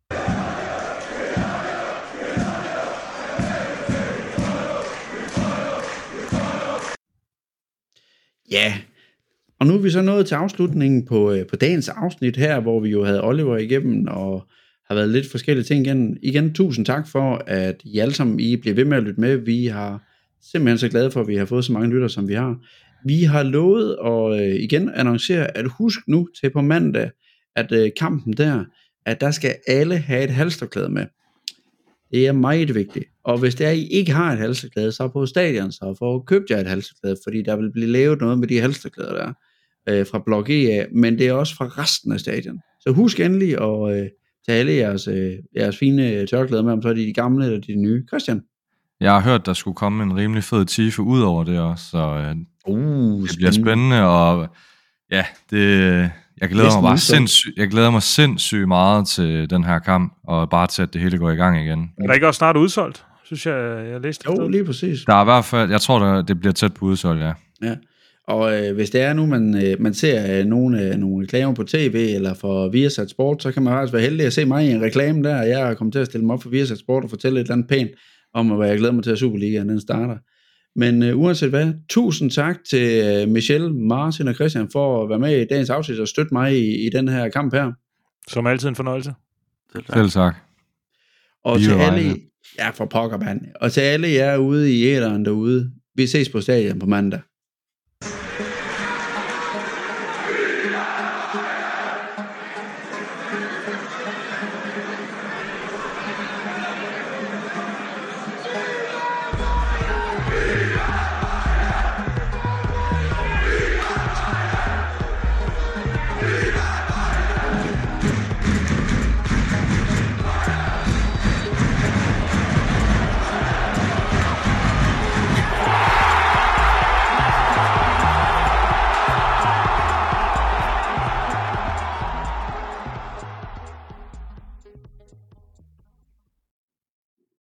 Ja, og nu er vi så nået til afslutningen på dagens afsnit her, hvor vi jo havde Oliver igennem og har været lidt forskellige ting igen. Igen, tusind tak for, at I alle sammen bliver ved med at lytte med. Vi har simpelthen så glade for, at vi har fået så mange lytter, som vi har. Vi har lovet at igen annoncere, at husk nu til på mandag, at kampen der, at der skal alle have et halsterklæde med. Det er meget vigtigt. Og hvis det er, I ikke har et halsterklæde, så på stadion, så får købt jer et halsterklæde, fordi der vil blive lavet noget med de halsterklæder der fra Blok E af, men det er også fra resten af stadion. Så husk endelig at tage alle jeres fine tørklæder med, om så er de gamle eller de nye. Christian?
Jeg har hørt, der skulle komme en rimelig fed tife ud over det også, så det bliver spændende, og ja, jeg glæder mig sindssygt meget til den her kamp, og bare til, at det hele går i gang igen.
Er der ikke også snart udsolgt, synes jeg læste?
Jo, lige præcis.
Der er i hvert fald, jeg tror, det bliver tæt på udsolgt, ja.
Ja, og hvis det er nu, man ser nogle reklamer på tv, eller for Viasat Sport, så kan man faktisk være heldig at se mig i en reklame der, jeg er kommet til at stille mig op for Viasat Sport og fortælle et eller andet pænt om, hvad jeg glæder mig til, at Superligaen den starter. Men uanset hvad, tusind tak til Michel, Martin og Christian for at være med i dagens afsnit og støtte mig i den her kamp her.
Som altid en fornøjelse.
Selv tak.
Og til alle, ja for pokker mand, og til alle jer ude i æderen derude, vi ses på stadion på mandag.